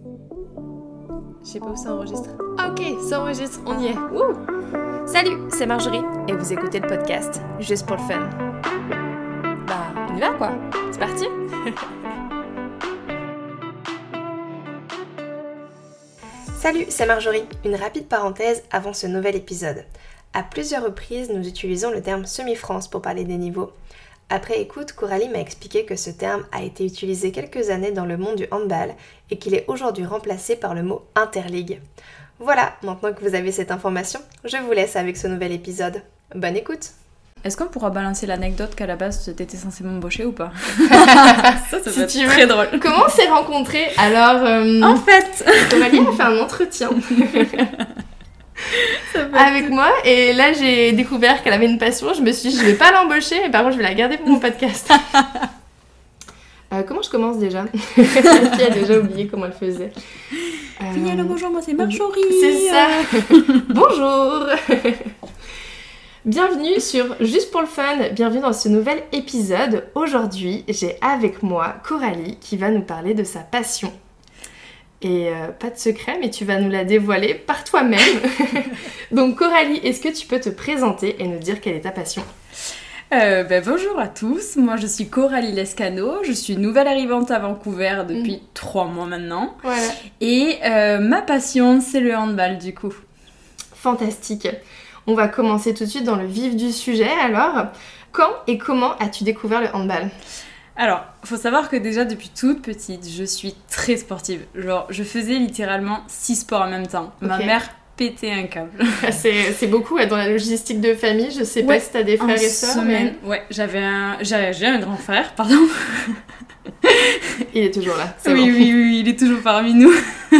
Je sais pas où ça enregistre. Ah ok, ça enregistre, on y est. Wouh! Salut, c'est Marjorie et vous écoutez le podcast Juste pour le fun. Bah, on y va quoi. C'est parti. Salut, c'est Marjorie. Une rapide parenthèse avant ce nouvel épisode. À plusieurs reprises, nous utilisons le terme semi-France pour parler des niveaux. Après écoute, Coralie m'a expliqué que ce terme a été utilisé quelques années dans le monde du handball et qu'il est aujourd'hui remplacé par le mot interligue. Voilà, maintenant que vous avez cette information, je vous laisse avec ce nouvel épisode. Bonne écoute! Est-ce qu'on pourra balancer l'anecdote qu'à la base t'étais censée m'embaucher ou pas? Ça si va être très drôle. Comment on s'est rencontrés? Alors, en fait, Coralie a fait un entretien avec moi et là j'ai découvert qu'elle avait une passion. Je me suis dit je vais pas l'embaucher mais par contre je vais la garder pour mon podcast. Comment je commence déjà? La fille a déjà oublié comment elle faisait. Oui, alors bonjour, moi c'est Marjorie. C'est ça. Bonjour. Bienvenue sur Juste pour le fun, bienvenue dans ce nouvel épisode. Aujourd'hui, j'ai avec moi Coralie qui va nous parler de sa passion. Et pas de secret, mais tu vas nous la dévoiler par toi-même. Donc Coralie, est-ce que tu peux te présenter et nous dire quelle est ta passion? Bonjour à tous, moi je suis Coralie Lescano, je suis nouvelle arrivante à Vancouver depuis 3 mois maintenant. Voilà. Et ma passion c'est le handball du coup. Fantastique. On va commencer tout de suite dans le vif du sujet. Alors, quand et comment as-tu découvert le handball? Alors, faut savoir que déjà depuis toute petite, je suis très sportive. Genre, je faisais littéralement 6 sports en même temps. Okay. Ma mère pétait un câble. C'est beaucoup dans la logistique de famille. Je sais pas si t'as des frères et sœurs. Mais... Ouais, j'ai un grand frère, pardon. Il est toujours là. Oui, il est toujours parmi nous.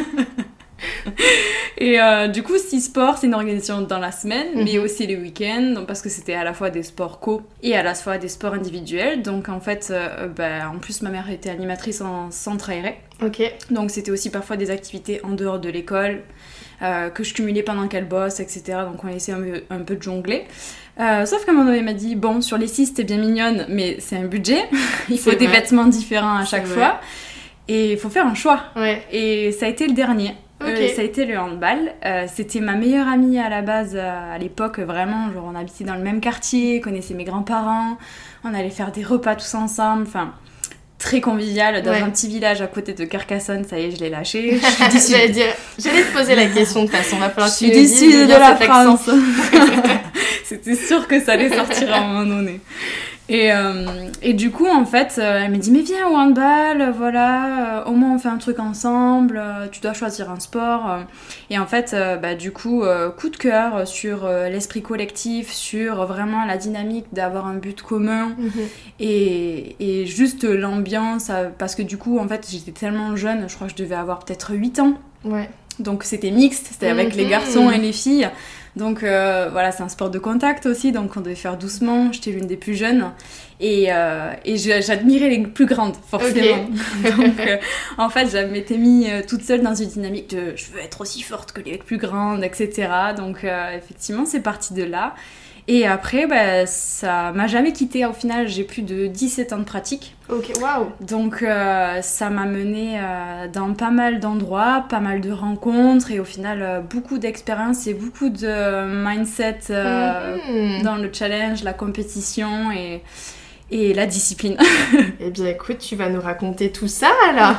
Et du coup, 6 sports, c'est une organisation dans la semaine, mais aussi les week-ends, donc, parce que c'était à la fois des sports co et à la fois des sports individuels. Donc en fait, en plus ma mère était animatrice en centre aéré. Ok. Donc c'était aussi parfois des activités en dehors de l'école que je cumulais pendant qu'elle bosse, etc. Donc on essaie un peu de jongler. Sauf qu'à un moment donné, elle m'a dit, bon, sur les 6, t'es bien mignonne, mais c'est un budget. Il faut des vêtements différents à chaque fois. Et il faut faire un choix. Ouais. Et ça a été le dernier. Ça a été le handball. C'était ma meilleure amie à la base, à l'époque, vraiment. Genre, on habitait dans le même quartier, connaissait mes grands-parents. On allait faire des repas tous ensemble. Enfin, très convivial dans un petit village à côté de Carcassonne. Ça y est, je l'ai lâché. J'allais te poser la question de toute façon. Va falloir que je suis du sud de la France. C'était sûr que ça allait sortir à un moment donné. Et du coup, en fait, elle m'a dit « Mais viens au handball, voilà, au moins on fait un truc ensemble, tu dois choisir un sport. » Et en fait, du coup, coup de cœur sur l'esprit collectif, sur vraiment la dynamique d'avoir un but commun et juste l'ambiance, parce que du coup, en fait, j'étais tellement jeune, je crois que je devais avoir peut-être 8 ans. Ouais. Donc c'était mixte, c'était avec les garçons et les filles. Donc voilà, c'est un sport de contact aussi, donc on devait faire doucement. J'étais l'une des plus jeunes et j'admirais les plus grandes, forcément. Okay. Donc en fait, je m'étais mis toute seule dans une dynamique de je veux être aussi forte que les plus grandes, etc. Donc effectivement, c'est parti de là. Et après, ça m'a jamais quittée. Au final, j'ai plus de 17 ans de pratique. Ok, waouh. Donc, ça m'a menée dans pas mal d'endroits, pas mal de rencontres et au final, beaucoup d'expérience et beaucoup de mindset dans le challenge, la compétition et la discipline. Eh bien, écoute, tu vas nous raconter tout ça, alors.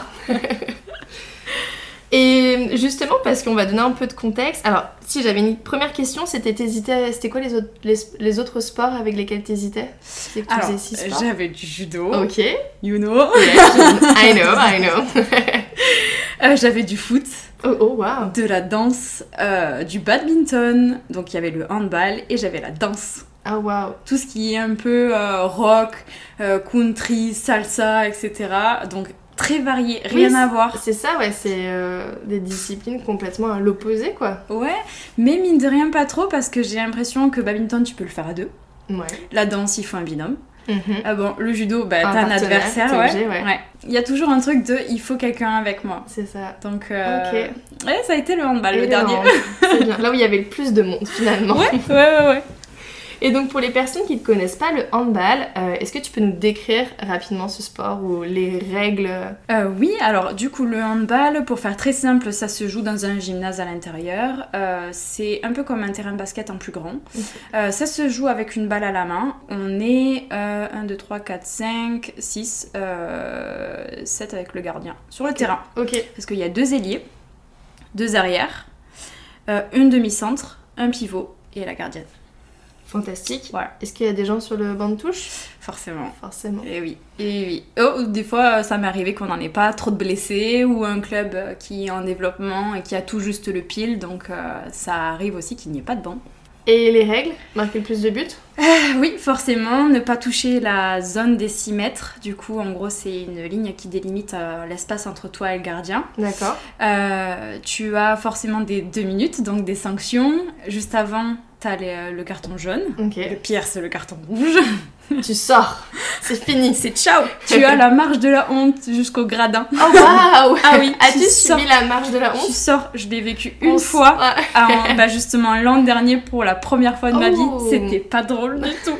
Et justement, parce qu'on va donner un peu de contexte. Alors, si j'avais une première question, c'était quoi les autres sports avec lesquels t'hésitais? C'est que tu faisais 6 sports. J'avais du judo. Ok. You know. Yeah, I know. J'avais du foot. Oh, wow. De la danse, du badminton. Donc, il y avait le handball et j'avais la danse. Ah, wow. Tout ce qui est un peu rock, country, salsa, etc. Donc, très varié, rien à voir. C'est ça, ouais, c'est des disciplines complètement à l'opposé, quoi. Ouais, mais mine de rien pas trop, parce que j'ai l'impression que badminton, tu peux le faire à 2. Ouais. La danse, il faut un binôme. Bon, le judo, t'as un adversaire, ouais. Il y a toujours un truc de il faut quelqu'un avec moi. C'est ça. Donc, ouais, ça a été le handball, le dernier. C'est bien. Là où il y avait le plus de monde, finalement. Ouais. Et donc pour les personnes qui ne connaissent pas le handball, est-ce que tu peux nous décrire rapidement ce sport ou les règles? Oui, alors du coup le handball, pour faire très simple, ça se joue dans un gymnase à l'intérieur. C'est un peu comme un terrain de basket en plus grand. Ça se joue avec une balle à la main. On est 1, 2, 3, 4, 5, 6, 7 avec le gardien sur le terrain. Parce qu'il y a 2 ailiers, 2 arrières, une demi-centre, un pivot et la gardienne. Fantastique. Voilà. Est-ce qu'il y a des gens sur le banc de touche? Forcément. Et oui. Oh, des fois, ça m'est arrivé qu'on n'en ait pas trop de blessés ou un club qui est en développement et qui a tout juste le pile. Donc, ça arrive aussi qu'il n'y ait pas de banc. Et les règles? Marquer le plus de buts? Oui, forcément. Ne pas toucher la zone des 6 mètres. Du coup, en gros, c'est une ligne qui délimite l'espace entre toi et le gardien. D'accord. Tu as forcément des 2 minutes, donc des sanctions. Juste avant, t'as le carton jaune. Le pire, c'est le carton rouge. Tu sors, c'est fini, c'est ciao. Tu as la marche de la honte jusqu'au gradin. Oh waouh. Ah oui. As-tu subi la marche de la honte? Tu sors, je l'ai vécu une fois, justement l'an dernier pour la première fois de ma vie. C'était pas drôle du tout.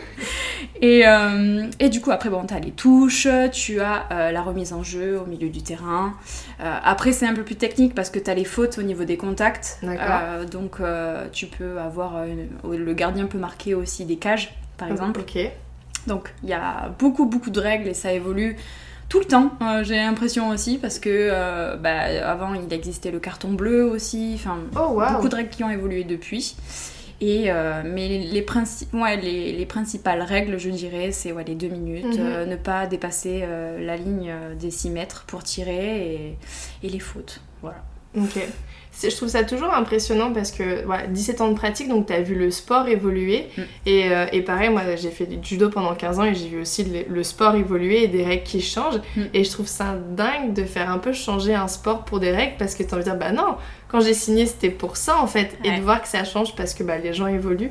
Et du coup, après, t'as les touches, tu as la remise en jeu au milieu du terrain. Après, c'est un peu plus technique parce que tu as les fautes au niveau des contacts. Donc, tu peux avoir... le gardien peut marquer aussi des cages, par exemple. Donc, il y a beaucoup de règles et ça évolue tout le temps, j'ai l'impression aussi, parce que avant, il existait le carton bleu aussi. Enfin, beaucoup de règles qui ont évolué depuis. Mais les principales règles, je dirais, c'est les 2 minutes, ne pas dépasser la ligne des 6 mètres pour tirer et les fautes. Voilà. Je trouve ça toujours impressionnant parce que 17 ans de pratique, donc t'as vu le sport évoluer. Et pareil, moi j'ai fait du judo pendant 15 ans et j'ai vu aussi le sport évoluer et des règles qui changent. Et je trouve ça dingue de faire un peu changer un sport pour des règles parce que t'as envie de dire non, quand j'ai signé c'était pour ça en fait. Et de voir que ça change parce que les gens évoluent.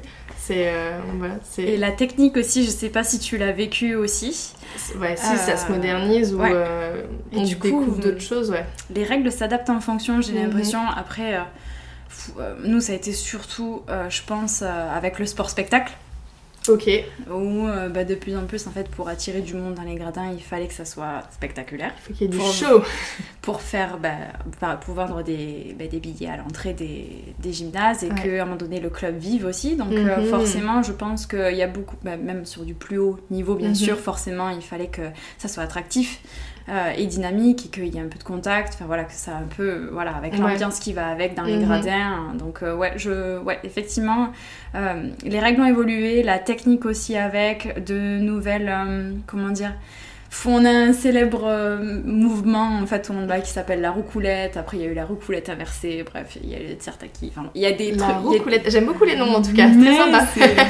Et la technique aussi, je sais pas si tu l'as vécu aussi. Si ça se modernise ou on découvre d'autres choses. Les règles s'adaptent en fonction, j'ai l'impression. Après, nous ça a été surtout, je pense, avec le sport spectacle. Où de plus en plus, en fait, pour attirer du monde dans les gradins, il fallait que ça soit spectaculaire. Il faut qu'il y ait du show. Pour faire, pour vendre des billets à l'entrée des gymnases et qu'à un moment donné, le club vive aussi. Donc forcément, je pense qu'il y a beaucoup, même sur du plus haut niveau, bien sûr, forcément, il fallait que ça soit attractif. Et dynamique et qu'il y ait un peu de contact, que ça un peu, avec l'ambiance qui va avec dans les gradins. Donc effectivement, les règles ont évolué, la technique aussi avec, de nouvelles, on a un célèbre mouvement en fait qui s'appelle la roucoulette. Après il y a eu la roucoulette inversée, bref il y a eu le tsirtaki, il y a des trucs. Roucoulette, j'aime beaucoup les noms en tout cas, c'est très sympa.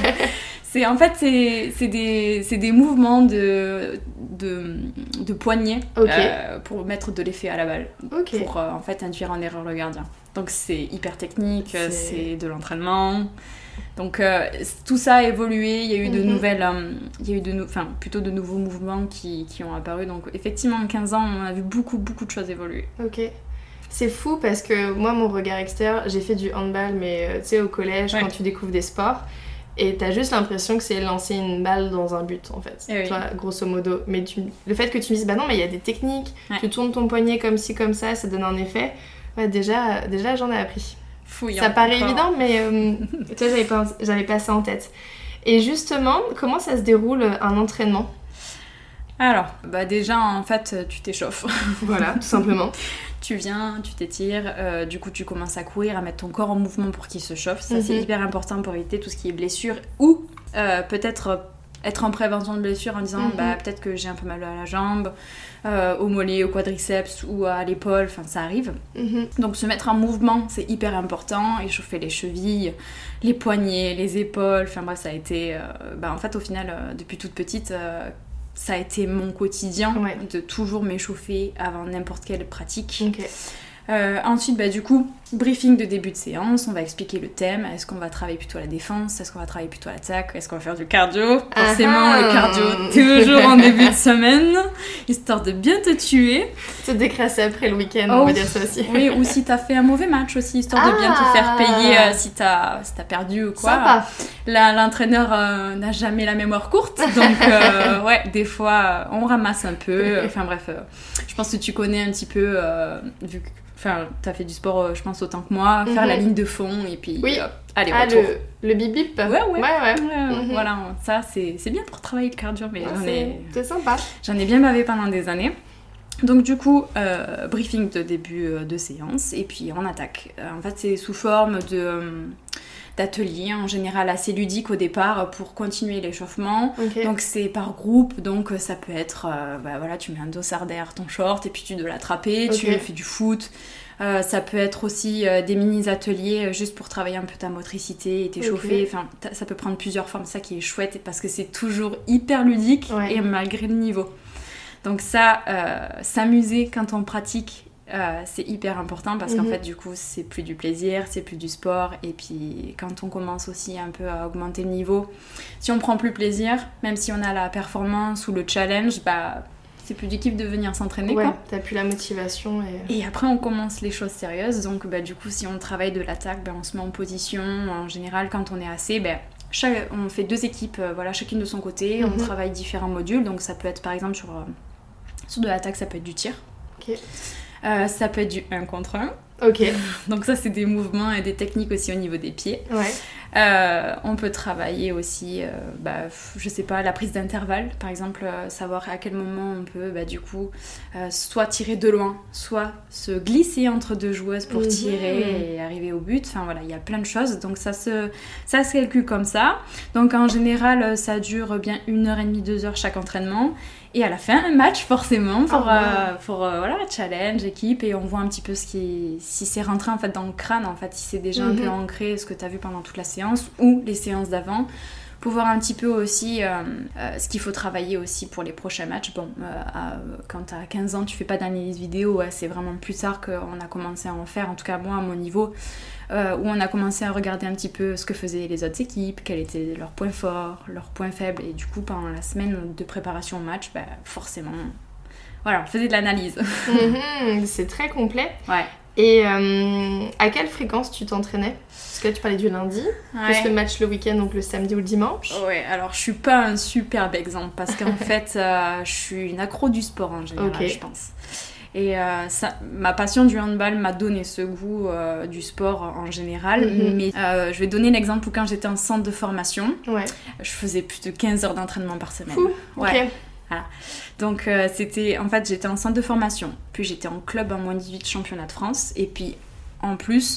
C'est des mouvements de poignet pour mettre de l'effet à la balle, pour en fait induire en erreur le gardien. Donc c'est hyper technique, c'est de l'entraînement. Donc tout ça a évolué, il y a eu de nouvelles, plutôt de nouveaux mouvements qui ont apparu. Donc effectivement en 15 ans on a vu beaucoup de choses évoluer. C'est fou parce que moi mon regard extérieur, j'ai fait du handball mais tu sais au collège quand tu découvres des sports. Et t'as juste l'impression que c'est lancer une balle dans un but en fait, grosso modo. Mais le fait que tu me dises non mais il y a des techniques, tu tournes ton poignet comme ci comme ça donne un effet. Déjà j'en ai appris. Ça paraît évident mais tu vois j'avais pas ça en tête. Et justement comment ça se déroule un entraînement? Alors, déjà en fait tu t'échauffes. Voilà, tout simplement. Tu viens, tu t'étires, du coup tu commences à courir, à mettre ton corps en mouvement pour qu'il se chauffe. Ça c'est hyper important pour éviter tout ce qui est blessure ou peut-être être en prévention de blessure en disant peut-être que j'ai un peu mal à la jambe, au mollet, au quadriceps ou à l'épaule, ça arrive. Donc se mettre en mouvement c'est hyper important, échauffer les chevilles, les poignets, les épaules, bref ça a été, en fait au final depuis toute petite... ça a été mon quotidien de toujours m'échauffer avant n'importe quelle pratique. Ensuite, du coup, briefing de début de séance, on va expliquer le thème. Est-ce qu'on va travailler plutôt à la défense? Est-ce qu'on va travailler plutôt à l'attaque? Est-ce qu'on va faire du cardio? Forcément, le cardio, toujours en début de semaine, histoire de bien te tuer. Te décrasser après le week-end, on va dire ça aussi. Oui, ou si t'as fait un mauvais match aussi, histoire de bien te faire payer si t'as perdu ou quoi. Sympa. L'entraîneur n'a jamais la mémoire courte, donc des fois, on ramasse un peu. Enfin bref, je pense que tu connais un petit peu, vu que t'as fait du sport, je pense, autant que moi, faire la ligne de fond et puis allez, retour. Le bip bip. Ouais. Voilà, ça c'est bien pour travailler le cardio, mais c'est sympa. J'en ai bien bavé pendant des années. Donc du coup, briefing de début de séance et puis on attaque. En fait, c'est sous forme d'ateliers en général assez ludiques au départ pour continuer l'échauffement. Donc c'est par groupe, donc ça peut être tu mets un dossard derrière ton short et puis tu dois l'attraper, tu fais du foot. Ça peut être aussi des mini ateliers juste pour travailler un peu ta motricité et t'échauffer. Enfin, ça peut prendre plusieurs formes, ça qui est chouette parce que c'est toujours hyper ludique et malgré le niveau. Donc ça, s'amuser quand on pratique, c'est hyper important parce qu'en fait, du coup, c'est plus du plaisir, c'est plus du sport. Et puis, quand on commence aussi un peu à augmenter le niveau, si on prend plus plaisir, même si on a la performance ou le challenge, c'est plus du kiff de venir s'entraîner. Ouais, t'as plus la motivation. Et après, on commence les choses sérieuses. Donc, du coup, si on travaille de l'attaque, on se met en position. En général, quand on est assez... on fait 2 équipes, chacune de son côté. On travaille différents modules. Donc, ça peut être, par exemple, sur de l'attaque, ça peut être du tir. Ça peut être du 1 contre 1. Donc ça, c'est des mouvements et des techniques aussi au niveau des pieds. On peut travailler aussi, je sais pas, la prise d'intervalle. Par exemple, savoir à quel moment on peut, soit tirer de loin, soit se glisser entre 2 joueuses pour tirer et arriver au but. Enfin voilà, il y a plein de choses. Donc ça se calcule comme ça. Donc en général, ça dure bien 1h30, 2h chaque entraînement. Et à la fin, un match forcément pour challenge, équipe, et on voit un petit peu si c'est rentré en fait dans le crâne, en fait, si c'est déjà un peu ancré ce que tu as vu pendant toute la séance ou les séances d'avant, pour voir un petit peu aussi ce qu'il faut travailler aussi pour les prochains matchs. Quand tu as 15 ans, tu fais pas d'analyse vidéo, c'est vraiment plus tard qu'on a commencé à en faire, en tout cas moi à mon niveau, où on a commencé à regarder un petit peu ce que faisaient les autres équipes, quels étaient leurs points forts, leurs points faibles, et du coup pendant la semaine de préparation au match, forcément, on faisait de l'analyse. C'est très complet. Ouais. Et à quelle fréquence tu t'entraînais? Parce que là tu parlais du lundi, plus le match le week-end, donc le samedi ou le dimanche. Ouais, alors je suis pas un superbe exemple parce qu'en fait je suis une accro du sport en général, je pense. Et ma passion du handball m'a donné ce goût du sport en général. Mais je vais donner l'exemple où quand j'étais en centre de formation, je faisais plus de 15 heures d'entraînement par semaine. Voilà. Donc j'étais en centre de formation, puis j'étais en club en moins 18 championnat de France, et puis en plus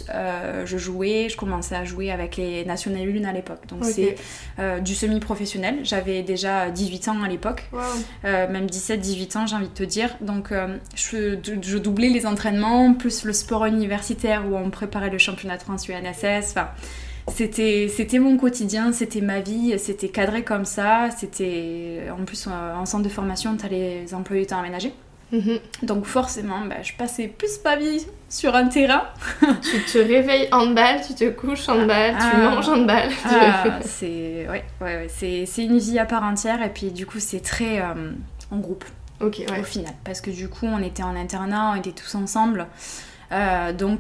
je commençais à jouer avec les National 1 à l'époque, donc c'est du semi-professionnel. J'avais déjà 18 ans à l'époque, même 17-18 ans j'ai envie de te dire, donc je doublais les entraînements plus le sport universitaire où on préparait le championnat de France UNSS, c'était mon quotidien, c'était ma vie, c'était cadré comme ça, en plus en centre de formation t'as les emplois du temps aménagés. Donc forcément je passais plus ma vie sur un terrain. Tu te réveilles handball, tu te couches handball, tu manges handball. C'est une vie à part entière, et puis du coup c'est très en groupe au final, parce que du coup on était en internat, on était tous ensemble. Donc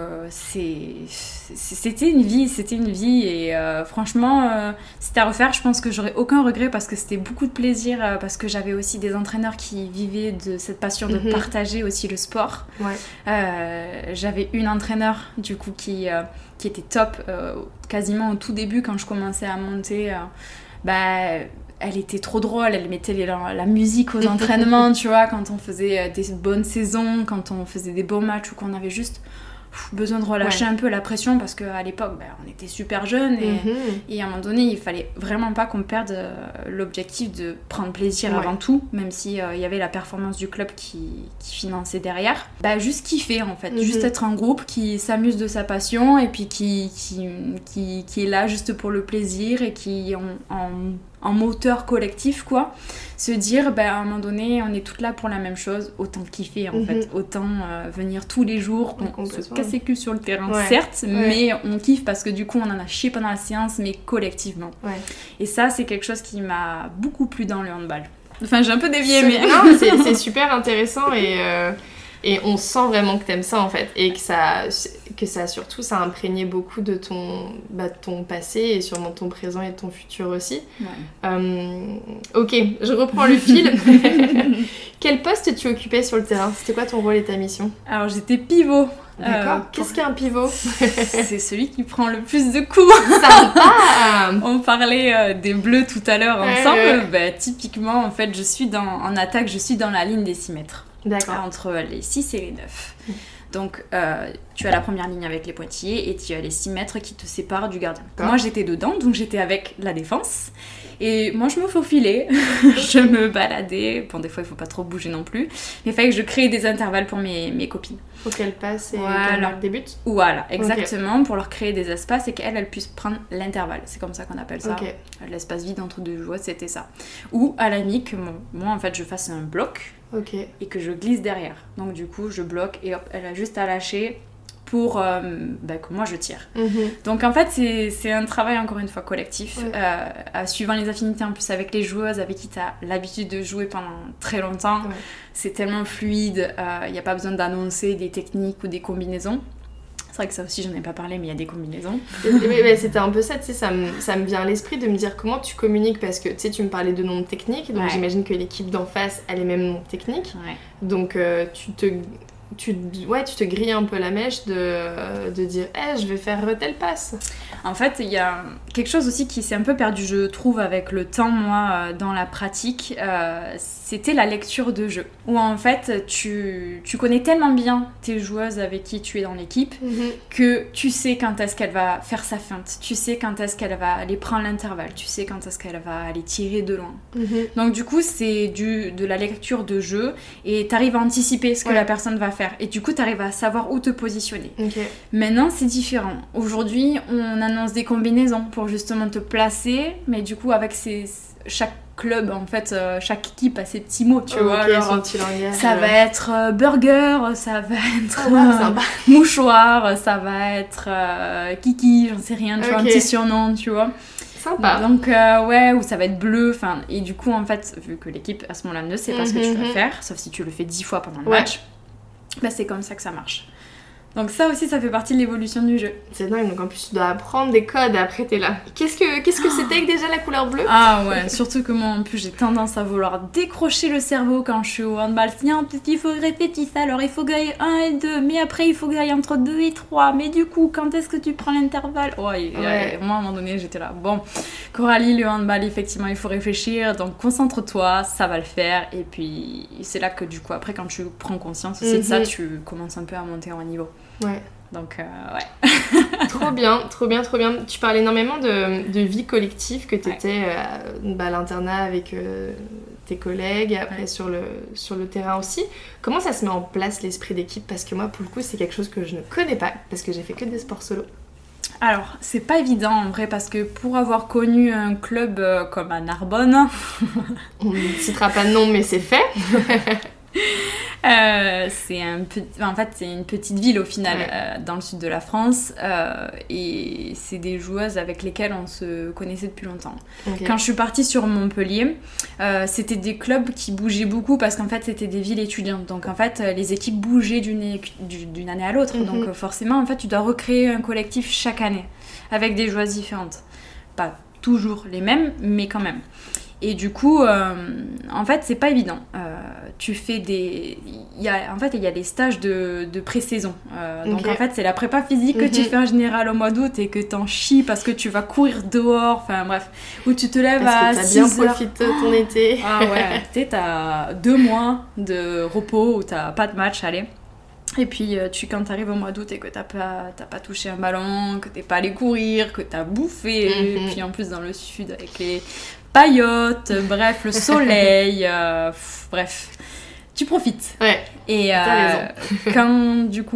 c'était une vie et franchement c'était à refaire. Je pense que j'aurais aucun regret parce que c'était beaucoup de plaisir, parce que j'avais aussi des entraîneurs qui vivaient de cette passion de partager aussi le sport. J'avais une entraîneur du coup qui était top quasiment au tout début quand je commençais à monter. Elle était trop drôle, elle mettait la musique aux entraînements, tu vois, quand on faisait des bonnes saisons, quand on faisait des beaux matchs ou qu'on avait juste besoin de relâcher un peu la pression, parce qu'à l'époque, on était super jeunes et à un moment donné, il fallait vraiment pas qu'on perde l'objectif de prendre plaisir avant tout, même s'il y avait la performance du club qui finançait derrière. Juste kiffer en fait, juste être un groupe qui s'amuse de sa passion et puis qui est là juste pour le plaisir et qui en moteur collectif, quoi. Se dire, à un moment donné, on est toutes là pour la même chose, autant kiffer en fait, autant venir tous les jours, on se casse les culs sur le terrain, certes, mais on kiffe parce que du coup on en a chié pendant la séance, mais collectivement. Et ça, c'est quelque chose qui m'a beaucoup plu dans le handball. Enfin, j'ai un peu dévié, mais... Non, c'est super intéressant et on sent vraiment que t'aimes ça en fait, et que ça surtout ça a imprégné beaucoup de ton passé et sûrement ton présent et ton futur aussi. Ok, je reprends le fil. Quel poste tu occupais sur le terrain? C'était quoi ton rôle et ta mission? Alors j'étais pivot. D'accord. Qu'est-ce qu'un pivot? C'est celui qui prend le plus de coups. Sympa. On parlait des bleus tout à l'heure ensemble. Typiquement, en fait, en attaque, je suis dans la ligne des 6 mètres. D'accord. Entre les 6 et les 9. Donc, tu as la première ligne avec les pointillés et tu as les 6 mètres qui te séparent du gardien. D'accord. Moi, j'étais dedans, donc j'étais avec la défense. Et moi, je me faufilais, je me baladais. Bon, des fois, il faut pas trop bouger non plus. Mais il fallait que je crée des intervalles pour mes copines. Faut qu'elles passent et qu'elles marquent des buts. Voilà, exactement, pour leur créer des espaces et qu'elles puissent prendre l'intervalle. C'est comme ça qu'on appelle ça. L'espace vide entre deux joueuses, c'était ça. Ou à la mi, que moi, en fait, je fasse un bloc et que je glisse derrière. Donc, du coup, je bloque et hop, elle a juste à lâcher pour que moi je tire. Donc en fait c'est un travail encore une fois collectif, suivant les affinités en plus avec les joueuses avec qui tu as l'habitude de jouer pendant très longtemps. C'est tellement fluide, il n'y a pas besoin d'annoncer des techniques ou des combinaisons. C'est vrai que ça aussi j'en ai pas parlé, mais il y a des combinaisons. Mais c'était un peu ça, tu sais, ça me vient à l'esprit de me dire comment tu communiques, parce que tu sais, tu me parlais de noms techniques, donc j'imagine que l'équipe d'en face a les mêmes noms techniques. Donc tu te grilles un peu la mèche de dire je vais faire telle passe. En fait, il y a quelque chose aussi qui s'est un peu perdu, je trouve, avec le temps, moi, dans la pratique, c'était la lecture de jeu. Où en fait, tu connais tellement bien tes joueuses avec qui tu es dans l'équipe que tu sais quand est-ce qu'elle va faire sa feinte, tu sais quand est-ce qu'elle va aller prendre l'intervalle, tu sais quand est-ce qu'elle va aller tirer de loin. Donc du coup, c'est de la lecture de jeu et t'arrives à anticiper ce que la personne va faire. Et du coup, t'arrives à savoir où te positionner. Maintenant, c'est différent. Aujourd'hui, on annonce des combinaisons pour justement te placer, mais du coup, avec chaque club, en fait, chaque équipe a ses petits mots, tu vois. Son petit langage. Ça va être burger, ça va être mouchoir, ça va être kiki, j'en sais rien, tu vois, un petit surnom, tu vois. Sympa. Donc, ou ça va être bleu, enfin, et du coup, en fait, vu que l'équipe, à ce moment-là, ne sait pas ce que tu vas faire, sauf si tu le fais 10 fois pendant le match, c'est comme ça que ça marche. Donc ça aussi, ça fait partie de l'évolution du jeu. C'est dingue, donc en plus tu dois apprendre des codes, après t'es là. Qu'est-ce que c'était que déjà la couleur bleue? Ah ouais, surtout que moi en plus j'ai tendance à vouloir décrocher le cerveau quand je suis au handball. Tiens, peut-être qu'il faut répéter ça, alors il faut gagner 1 et 2, mais après il faut gagner entre 2 et 3. Mais du coup, quand est-ce que tu prends l'intervalle? Moi à un moment donné j'étais là, bon, Coralie, le handball effectivement il faut réfléchir, donc concentre-toi, ça va le faire. Et puis c'est là que du coup après quand tu prends conscience aussi de ça, tu commences un peu à monter en niveau. Donc Trop bien. Tu parles énormément de vie collective, que t'étais à l'internat avec tes collègues, après sur le terrain aussi. Comment ça se met en place l'esprit d'équipe? Parce que moi pour le coup c'est quelque chose que je ne connais pas, parce que j'ai fait que des sports solo. Alors, c'est pas évident en vrai, parce que pour avoir connu un club comme à Narbonne... On ne citera pas de nom, mais c'est fait. C'est une petite ville au final, dans le sud de la France, et c'est des joueuses avec lesquelles on se connaissait depuis longtemps. Quand je suis partie sur Montpellier, c'était des clubs qui bougeaient beaucoup, parce qu'en fait c'était des villes étudiantes, donc en fait les équipes bougeaient d'une année à l'autre, donc forcément en fait tu dois recréer un collectif chaque année avec des joueuses différentes, pas toujours les mêmes, mais quand même. Et du coup, en fait, c'est pas évident. Tu fais il y a des stages de pré-saison. Donc, en fait, c'est la prépa physique que tu fais en général au mois d'août et que t'en chies parce que tu vas courir dehors. Enfin, bref. Où tu te lèves à 6 heures. Parce que t'as bien profité de ton été. Ah ouais. Tu sais, t'as 2 mois de repos où t'as pas de match, allez. Et puis, quand t'arrives au mois d'août et que t'as pas touché un ballon, que t'es pas allé courir, que t'as bouffé, et puis en plus dans le sud avec les paillotes, bref, le soleil, bref, tu profites. Ouais, et quand du coup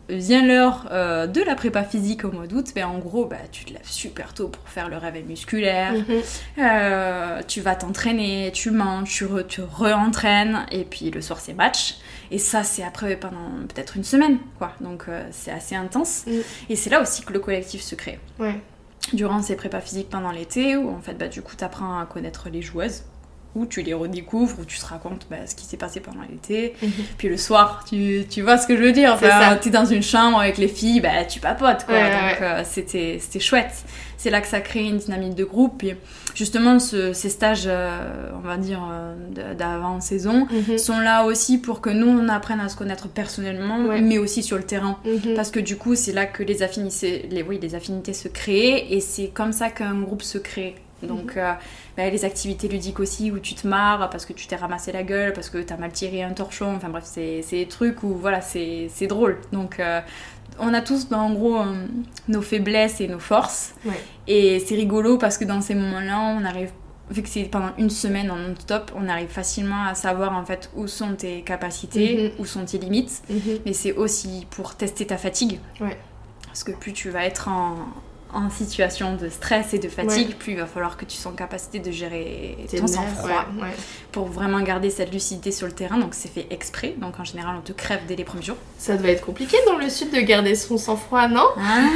vient l'heure de la prépa physique au mois d'août, ben en gros, tu te lèves super tôt pour faire le réveil musculaire, tu vas t'entraîner, tu manges, tu re-entraînes, et puis le soir c'est match. Et ça, c'est après pendant peut-être une semaine, quoi. Donc c'est assez intense. Et c'est là aussi que le collectif se crée. Ouais. Durant ces prépas physiques pendant l'été, où en fait, du coup, t'apprends à connaître les joueuses, où tu les redécouvres, où tu te racontes ce qui s'est passé pendant l'été. Puis le soir, tu vois ce que je veux dire. Enfin, t'es dans une chambre avec les filles, tu papotes, quoi. Donc c'était chouette. C'est là que ça crée une dynamique de groupe. Et justement, ces stages, on va dire, d'avant-saison, sont là aussi pour que nous, on apprenne à se connaître personnellement, mais aussi sur le terrain. Parce que du coup, c'est là que les affinités se créent, et c'est comme ça qu'un groupe se crée. Donc les activités ludiques aussi, où tu te marres parce que tu t'es ramassé la gueule, parce que t'as mal tiré un torchon, enfin bref, c'est des trucs où voilà, c'est drôle. Donc on a tous en gros nos faiblesses et nos forces, et c'est rigolo parce que dans ces moments-là, on arrive, vu que c'est pendant une semaine en non-stop, on arrive facilement à savoir en fait où sont tes capacités, où sont tes limites, mais c'est aussi pour tester ta fatigue, parce que plus tu vas être en situation de stress et de fatigue, plus il va falloir que tu sois en capacité de gérer ton sang-froid pour vraiment garder cette lucidité sur le terrain. Donc c'est fait exprès, donc en général on te crève dès les premiers jours. Ça devait être compliqué dans le sud de garder son sang-froid, non?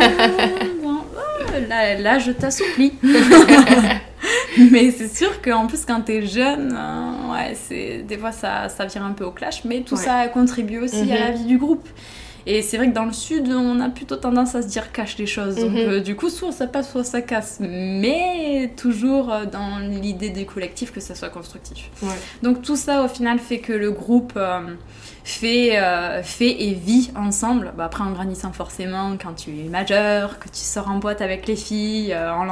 Là je t'assouplis. Mais c'est sûr qu'en plus quand t'es jeune, des fois ça vire un peu au clash, mais tout ça contribue aussi à la vie du groupe. Et c'est vrai que dans le sud, on a plutôt tendance à se dire cache les choses. Donc du coup, soit ça passe, soit ça casse. Mais toujours dans l'idée du collectif que ça soit constructif. Donc tout ça, au final, fait que le groupe fait et vit ensemble. Après, en grandissant forcément, quand tu es majeur, que tu sors en boîte avec les filles,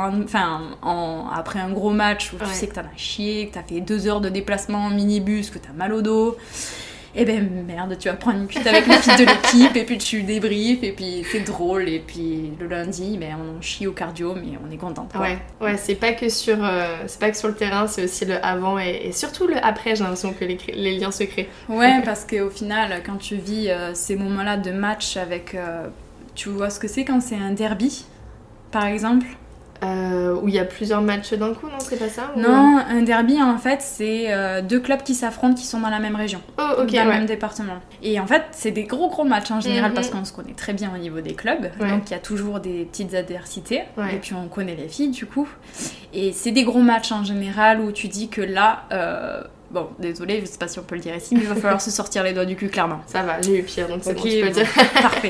après un gros match où tu sais que t'en as chié, que t'as fait 2 heures de déplacement en minibus, que t'as mal au dos... Et merde, tu vas prendre une cuite avec les filles de l'équipe, et puis tu débriefes, et puis c'est drôle, et puis le lundi, on chie au cardio, mais on est contente. Ouais, c'est pas que sur le terrain, c'est aussi le avant et surtout le après, j'ai l'impression que les liens se créent. Ouais, parce qu'au final, quand tu vis ces moments-là de match avec... tu vois ce que c'est quand c'est un derby, par exemple ? Où il y a plusieurs matchs d'un coup, non? C'est pas ça? Non, un derby, en fait, c'est 2 clubs qui s'affrontent, qui sont dans la même région, dans le même département. Et en fait, c'est des gros matchs en général, parce qu'on se connaît très bien au niveau des clubs, donc il y a toujours des petites adversités, et puis on connaît les filles, du coup. Et c'est des gros matchs en général où tu dis que là... Bon, désolée, je sais pas si on peut le dire ici, mais il va falloir se sortir les doigts du cul, clairement. Ça va, j'ai eu pire, donc c'est bon, tu peux le dire. Parfait.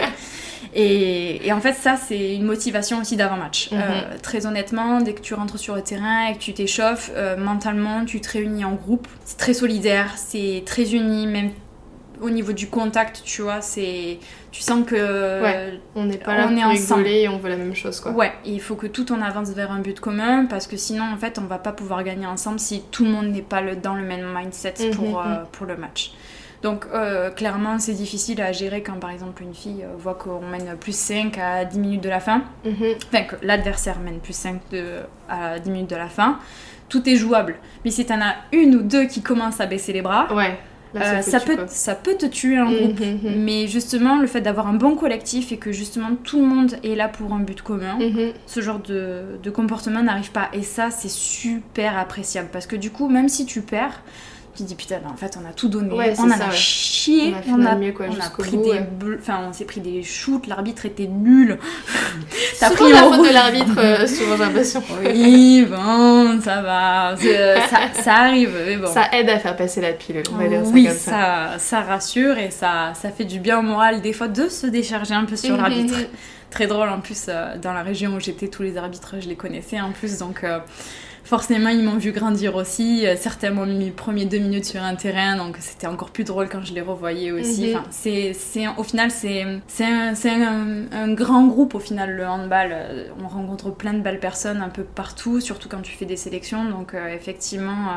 Et en fait, ça, c'est une motivation aussi d'avant-match. Très honnêtement, dès que tu rentres sur le terrain et que tu t'échauffes, mentalement, tu te réunis en groupe. C'est très solidaire, c'est très uni, même au niveau du contact, tu vois, tu sens que on n'est pas là pour rigoler et on veut la même chose, quoi. Ouais, il faut que tout on avance vers un but commun, parce que sinon, en fait, on va pas pouvoir gagner ensemble si tout le monde n'est pas dans le même mindset pour le match. Donc clairement c'est difficile à gérer quand par exemple une fille voit qu'on mène plus 5 à 10 minutes de la fin, enfin que l'adversaire mène plus 5 à 10 minutes de la fin, tout est jouable. Mais si t'en as une ou deux qui commencent à baisser les bras, là, ça peut te tuer en groupe. Mais justement le fait d'avoir un bon collectif et que justement tout le monde est là pour un but commun, ce genre de comportement n'arrive pas, et ça c'est super appréciable, parce que du coup même si tu perds, tu te dis putain, en fait on a tout donné, on en a chié, on a pris on s'est pris des shoots, l'arbitre était nul. T'as pris la faute de l'arbitre, souvent j'ai l'impression. Oui, bon, ça va, ça arrive, mais bon. Ça aide à faire passer la pilule, on va dire ça comme ça. Ça rassure, et ça fait du bien au moral des fois de se décharger un peu sur l'arbitre. Très drôle en plus, dans la région où j'étais, tous les arbitres je les connaissais en plus, donc... forcément, ils m'ont vu grandir aussi. Certains m'ont mis mes premiers 2 minutes sur un terrain, donc c'était encore plus drôle quand je les revoyais aussi. Enfin, au final, c'est un grand groupe, au final, le handball. On rencontre plein de belles personnes un peu partout, surtout quand tu fais des sélections. Donc, effectivement,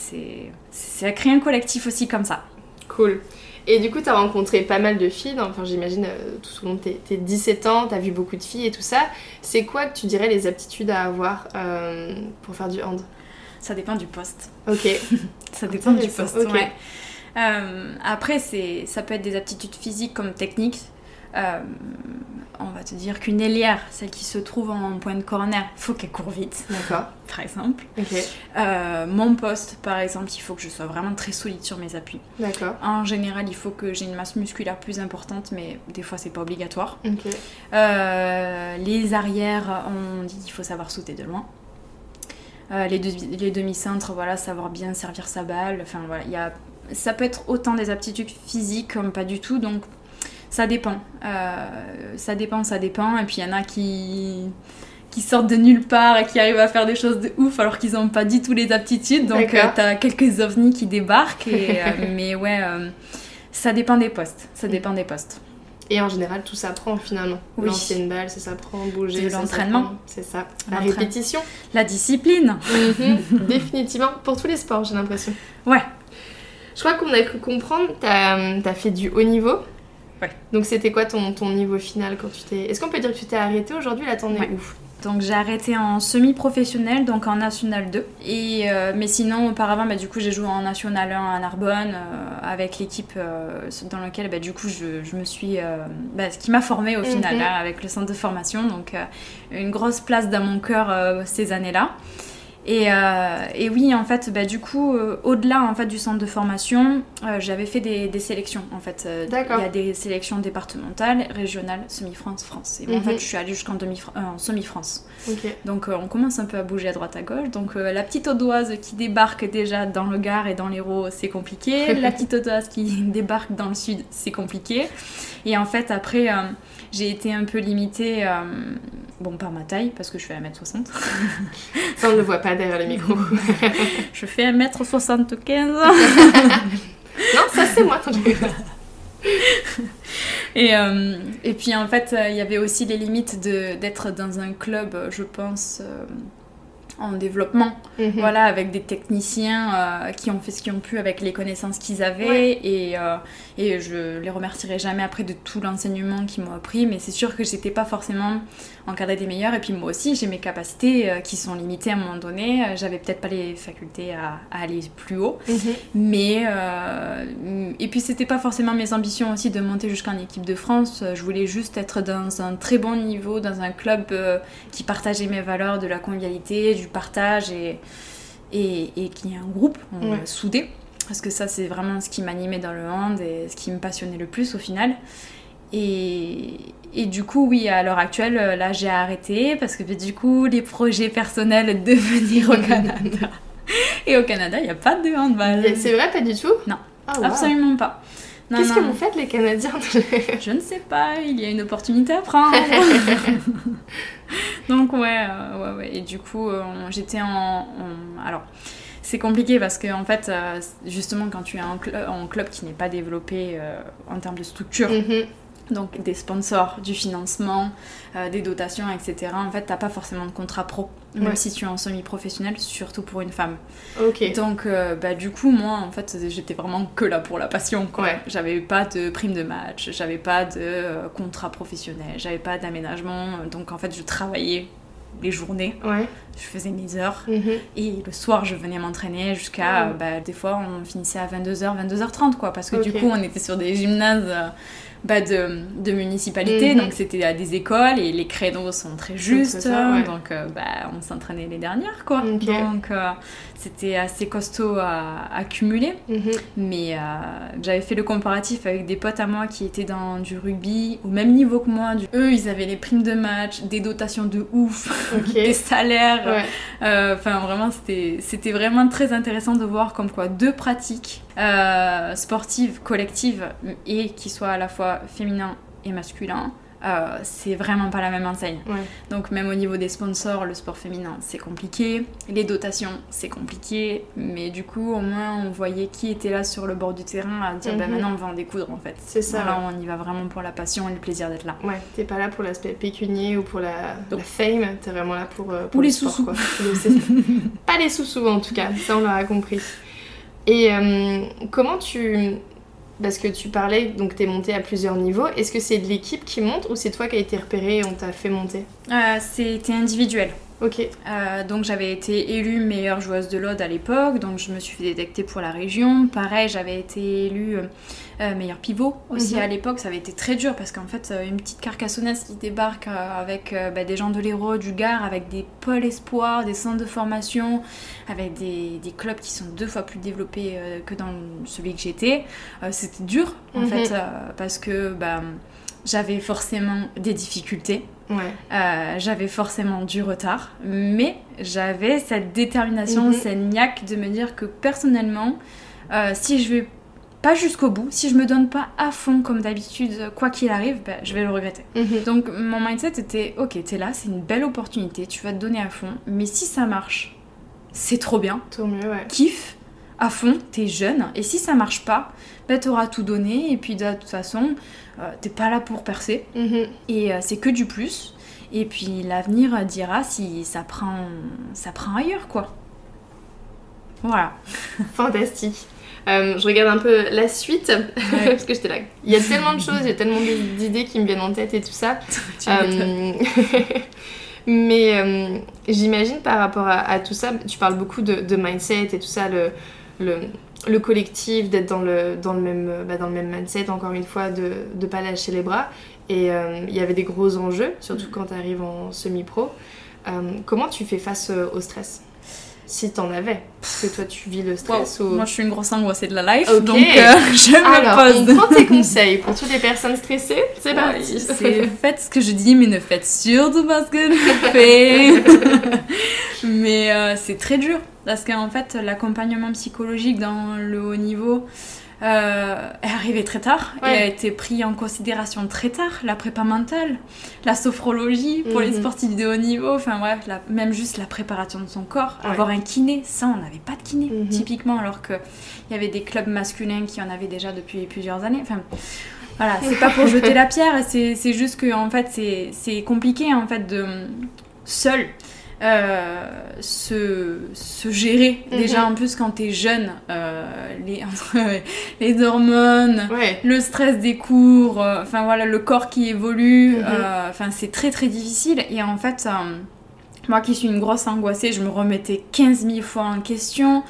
ça crée un collectif aussi comme ça. Cool. Et du coup, t'as rencontré pas mal de filles, enfin j'imagine tout au long de tes 17 ans, t'as vu beaucoup de filles et tout ça. C'est quoi que tu dirais les aptitudes à avoir pour faire du hand? Ça dépend du poste. Ok. Ça dépend du poste, ouais. Après, ça peut être des aptitudes physiques comme techniques. on va te dire qu'une ailière, celle qui se trouve en point de corner, il faut qu'elle court vite. D'accord. Par exemple. Ok. Mon poste, par exemple, il faut que je sois vraiment très solide sur mes appuis. D'accord. En général, il faut que j'ai une masse musculaire plus importante, mais des fois, c'est pas obligatoire. Ok. Les arrières, on dit qu'il faut savoir sauter de loin. Les demi-centres, voilà, savoir bien servir sa balle. Enfin, voilà, ça peut être autant des aptitudes physiques comme pas du tout, donc ça dépend. Ça dépend. Et puis, il y en a qui sortent de nulle part et qui arrivent à faire des choses de ouf alors qu'ils n'ont pas du tout les aptitudes. Donc, t'as quelques ovnis qui débarquent. Mais ouais, ça dépend des postes. Et en général, tout s'apprend finalement. Oui. Lancer une balle, ça s'apprend, bouger, de l'entraînement. C'est ça. La répétition. La discipline. Définitivement. Pour tous les sports, j'ai l'impression. Ouais. Je crois qu'on a cru comprendre, t'as fait du haut niveau. Ouais. Donc c'était quoi ton niveau final quand tu t'es... Est-ce qu'on peut dire que tu t'es arrêtée aujourd'hui? Là, t'en es où? Donc j'ai arrêté en semi-professionnel, donc en National 2. Mais sinon, auparavant, du coup, j'ai joué en National 1 à Narbonne avec l'équipe dans laquelle, du coup, je me suis... ce qui m'a formée au final, avec le centre de formation. Donc une grosse place dans mon cœur ces années-là. Et oui, en fait, du coup, au-delà en fait, du centre de formation, j'avais fait des sélections. En fait, il y a des sélections départementales, régionales, semi-France, France. Et moi, en fait, je suis allée jusqu'en semi-France. Okay. Donc, on commence un peu à bouger à droite à gauche. Donc, la petite Audoise qui débarque déjà dans le Gard et dans l'Hérault, c'est compliqué. La petite Audoise qui débarque dans le Sud, c'est compliqué. Et en fait, après, j'ai été un peu limitée... par ma taille, parce que je fais 1m60. Ça, on ne le voit pas derrière le micro. Je fais 1m75. Non, ça, c'est moi. Et puis, en fait, il y avait aussi les limites d'être dans un club, je pense... en développement, voilà, avec des techniciens qui ont fait ce qu'ils ont pu avec les connaissances qu'ils avaient, et je les remercierai jamais après de tout l'enseignement qu'ils m'ont appris, mais c'est sûr que j'étais pas forcément encadrée des meilleurs, et puis moi aussi j'ai mes capacités qui sont limitées à un moment donné, j'avais peut-être pas les facultés à aller plus haut, mais et puis c'était pas forcément mes ambitions aussi de monter jusqu'en équipe de France, je voulais juste être dans un très bon niveau, dans un club qui partageait mes valeurs de la convivialité, du partage et qu'il y ait un groupe soudé, parce que ça c'est vraiment ce qui m'animait dans le hand et ce qui me passionnait le plus au final. Et du coup, oui, à l'heure actuelle, là j'ai arrêté parce que du coup les projets personnels de venir au Canada, et au Canada il n'y a pas de handball. C'est vrai, pas du tout? Non, absolument pas. Qu'est-ce que vous faites les Canadiens? Je ne sais pas, il y a une opportunité à prendre. Donc ouais. Et du coup, j'étais alors, c'est compliqué parce que en fait, justement, quand tu es en club qui n'est pas développé en termes de structure, donc des sponsors, du financement, des dotations, etc. En fait, t'as pas forcément de contrat pro, même si tu es en semi-professionnel, surtout pour une femme. Ok. Donc, du coup, moi, en fait, j'étais vraiment que là pour la passion, quoi. Ouais. J'avais pas de prime de match, j'avais pas de contrat professionnel, j'avais pas d'aménagement. Donc, en fait, je travaillais les journées, je faisais mes heures, et le soir, je venais m'entraîner jusqu'à... des fois, on finissait à 22h, 22h30, quoi, parce que du coup, on était sur des gymnases... de municipalité, donc c'était à des écoles et les créneaux sont très justes, donc on s'entraînait les dernières, quoi. Donc c'était assez costaud à cumuler, mais j'avais fait le comparatif avec des potes à moi qui étaient dans du rugby au même niveau que moi. Eux, ils avaient les primes de match, des dotations de ouf, des salaires, vraiment c'était vraiment très intéressant de voir comme quoi deux pratiques sportives, collectives, et qui soient à la fois féminin et masculin, c'est vraiment pas la même enseigne. Donc même au niveau des sponsors, le sport féminin c'est compliqué, les dotations c'est compliqué, mais du coup au moins on voyait qui était là sur le bord du terrain à dire maintenant on va en découdre, en fait. C'est ça. Là on y va vraiment pour la passion et le plaisir d'être là. Ouais, t'es pas là pour l'aspect pécunier ou pour la fame, t'es vraiment là pour les le sport, sous-sous, quoi. Pas les sous-sous en tout cas, ça on l'aura compris. Et comment tu... Parce que tu parlais, donc t'es montée à plusieurs niveaux. Est-ce que c'est de l'équipe qui monte ou c'est toi qui as été repérée et on t'a fait monter? C'était individuel. Ok. Donc j'avais été élue meilleure joueuse de l'Aude à l'époque, donc je me suis fait détecter pour la région. Pareil, j'avais été élue meilleure pivot aussi à l'époque. Ça avait été très dur parce qu'en fait, une petite carcassonnaise qui débarque avec des gens de l'Hérault, du Gard, avec des pôles espoirs, des centres de formation, avec des clubs qui sont 2 fois plus développés que dans celui que j'étais. C'était dur en fait parce que j'avais forcément des difficultés. Ouais. J'avais forcément du retard, mais j'avais cette détermination, cette niaque de me dire que personnellement, si je vais pas jusqu'au bout, si je me donne pas à fond comme d'habitude, quoi qu'il arrive, je vais le regretter. Donc mon mindset était, ok, t'es là, c'est une belle opportunité, tu vas te donner à fond, mais si ça marche, c'est trop bien. Tant mieux, ouais. Kiffe à fond, t'es jeune, et si ça marche pas, t'auras tout donné, et puis de toute façon, t'es pas là pour percer, et c'est que du plus, et puis l'avenir dira si ça prend ailleurs, quoi. Voilà. Fantastique. Je regarde un peu la suite, parce que j'étais là. Il y a tellement de choses, il y a tellement d'idées qui me viennent en tête et tout ça. Mais j'imagine par rapport à tout ça, tu parles beaucoup de mindset et tout ça, le collectif, d'être dans le même mindset, encore une fois, de pas lâcher les bras. Et il y avait des gros enjeux, surtout quand tu arrives en semi-pro. Comment tu fais face au stress ? Si t'en avais, parce que toi tu vis le stress ou... Moi je suis une grosse angoissée de la life, okay. donc je me pose. On prend tes conseils pour toutes les personnes stressées, c'est parti. C'est faites ce que je dis, mais ne faites surtout pas ce que je fais. Mais c'est très dur, parce qu'en fait l'accompagnement psychologique dans le haut niveau est arrivé très tard et a été pris en considération très tard. La prépa mentale, la sophrologie pour les sportifs de haut niveau, enfin bref, même juste la préparation de son corps, avoir un kiné, ça on n'avait pas de kiné typiquement, alors qu'il y avait des clubs masculins qui en avaient déjà depuis plusieurs années. Enfin voilà, c'est pas pour jeter la pierre, c'est juste que en fait c'est compliqué en fait de seul se gérer déjà en plus quand t'es jeune, les hormones, le stress des cours, enfin voilà, le corps qui évolue, enfin c'est très très difficile. Et en fait moi qui suis une grosse angoissée, je me remettais 15 000 fois en question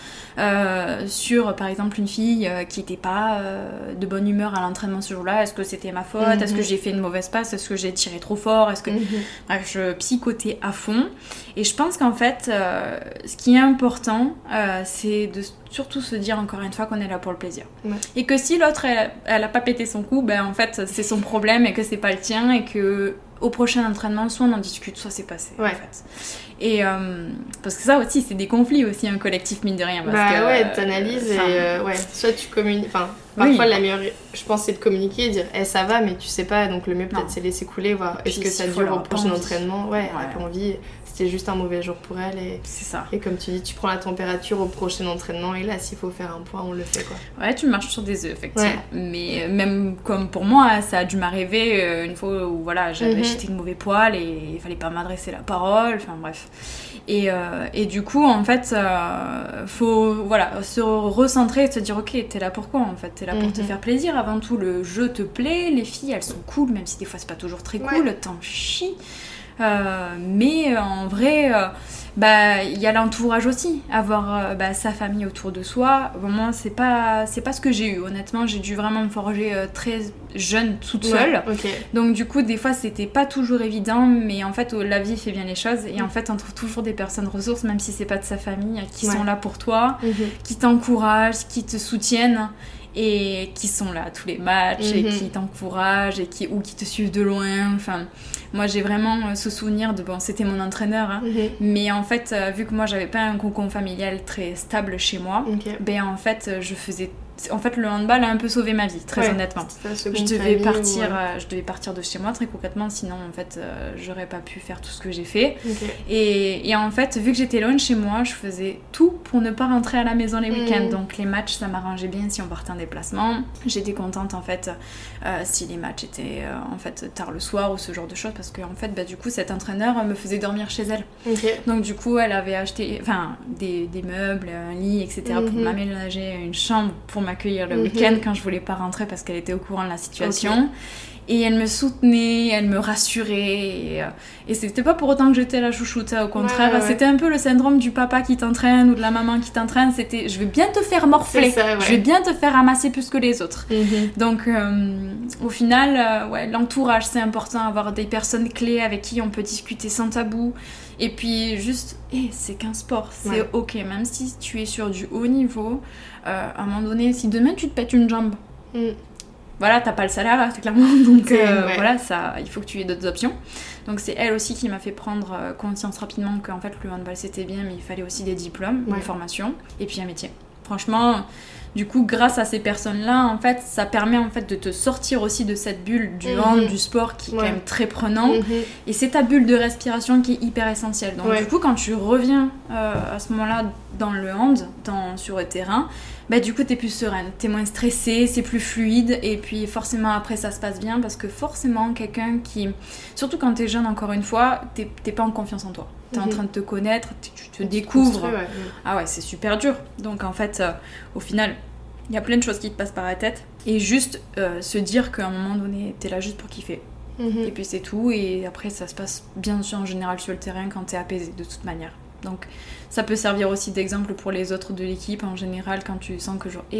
sur par exemple une fille qui n'était pas de bonne humeur à l'entraînement ce jour-là. Est-ce que c'était ma faute ? Est-ce que j'ai fait une mauvaise passe ? Est-ce que j'ai tiré trop fort ? Est-ce que... Bref, je psychotais à fond. Et je pense qu'en fait, ce qui est important, c'est de surtout se dire encore une fois qu'on est là pour le plaisir. Et que si l'autre, elle a pas pété son coup, en fait, c'est son problème et que c'est pas le tien et que au prochain entraînement, soit on en discute, soit c'est passé. En fait. Et parce que ça aussi, c'est des conflits aussi, un collectif, mine de rien. Parce que, t'analyses et soit tu communiques. Enfin, parfois, la meilleure, je pense, c'est de communiquer et dire ça va, mais tu sais pas, donc le mieux peut-être c'est laisser couler, voir est-ce que ça dure au prochain entraînement. Elle a pas envie. C'était juste un mauvais jour pour elle et c'est ça. Et comme tu dis, tu prends la température au prochain entraînement et là, s'il faut faire un point, on le fait quoi. Ouais, tu marches sur des œufs effectivement. Mais même comme pour moi, ça a dû m'arriver une fois où voilà, j'étais de mauvais poil et il fallait pas m'adresser la parole. Enfin bref. Et du coup, en fait, faut se recentrer et se dire ok, t'es là pour quoi en fait ? T'es là pour te faire plaisir. Avant tout, le jeu te plaît, les filles elles sont cool, même si des fois c'est pas toujours très cool, t'en chies. Mais en vrai, il y a l'entourage aussi, avoir sa famille autour de soi. Moi, c'est pas ce que j'ai eu. Honnêtement, j'ai dû vraiment me forger très jeune, toute seule. Donc du coup, des fois, c'était pas toujours évident, mais en fait, la vie fait bien les choses. Et en fait, on trouve toujours des personnes ressources, même si c'est pas de sa famille, qui sont là pour toi, qui t'encouragent, qui te soutiennent. Et qui sont là à tous les matchs et qui t'encouragent et qui te suivent de loin. Enfin, moi j'ai vraiment ce souvenir de c'était mon entraîneur, mais en fait vu que moi j'avais pas un cocon familial très stable chez moi, en fait je faisais le handball a un peu sauvé ma vie, très honnêtement. Je devais partir de chez moi très concrètement, sinon en fait j'aurais pas pu faire tout ce que j'ai fait. Et en fait, vu que j'étais loin de chez moi, je faisais tout pour ne pas rentrer à la maison les week-ends. Donc les matchs, ça m'arrangeait bien si on partait en déplacement. J'étais contente en fait si les matchs étaient en fait tard le soir ou ce genre de choses, parce que en fait du coup cet entraîneur me faisait dormir chez elle. Donc du coup elle avait acheté des meubles, un lit, etc. pour m'aménager une chambre pour m'accueillir le week-end quand je voulais pas rentrer parce qu'elle était au courant de la situation. Et elle me soutenait, elle me rassurait. Et c'était pas pour autant que j'étais la chouchoute. Au contraire, c'était un peu le syndrome du papa qui t'entraîne ou de la maman qui t'entraîne. C'était je vais bien te faire morfler, je vais bien te faire ramasser plus que les autres. Donc au final, l'entourage, c'est important. Avoir des personnes clés avec qui on peut discuter sans tabou. Et puis juste, c'est qu'un sport, c'est ok. Même si tu es sur du haut niveau, à un moment donné, si demain tu te pètes une jambe, voilà, t'as pas le salaire, c'est clairement, donc voilà, ça, il faut que tu aies d'autres options. Donc c'est elle aussi qui m'a fait prendre conscience rapidement qu'en fait le handball c'était bien, mais il fallait aussi des diplômes, une formation, et puis un métier. Franchement, du coup, grâce à ces personnes-là, en fait, ça permet en fait de te sortir aussi de cette bulle du hand, du sport qui est quand même très prenant. Et c'est ta bulle de respiration qui est hyper essentielle. Donc du coup, quand tu reviens à ce moment-là dans le hand, sur le terrain, bah du coup t'es plus sereine, t'es moins stressée, c'est plus fluide, et puis forcément après ça se passe bien, parce que forcément quelqu'un qui, surtout quand t'es jeune, encore une fois, t'es pas en confiance en toi, t'es en train de te connaître, tu te découvres, ah ouais, c'est super dur. Donc en fait au final il y a plein de choses qui te passent par la tête, et juste se dire qu'à un moment donné t'es là juste pour kiffer, et puis c'est tout, et après ça se passe bien sûr en général sur le terrain quand t'es apaisé de toute manière. Donc ça peut servir aussi d'exemple pour les autres de l'équipe en général, quand tu sens que genre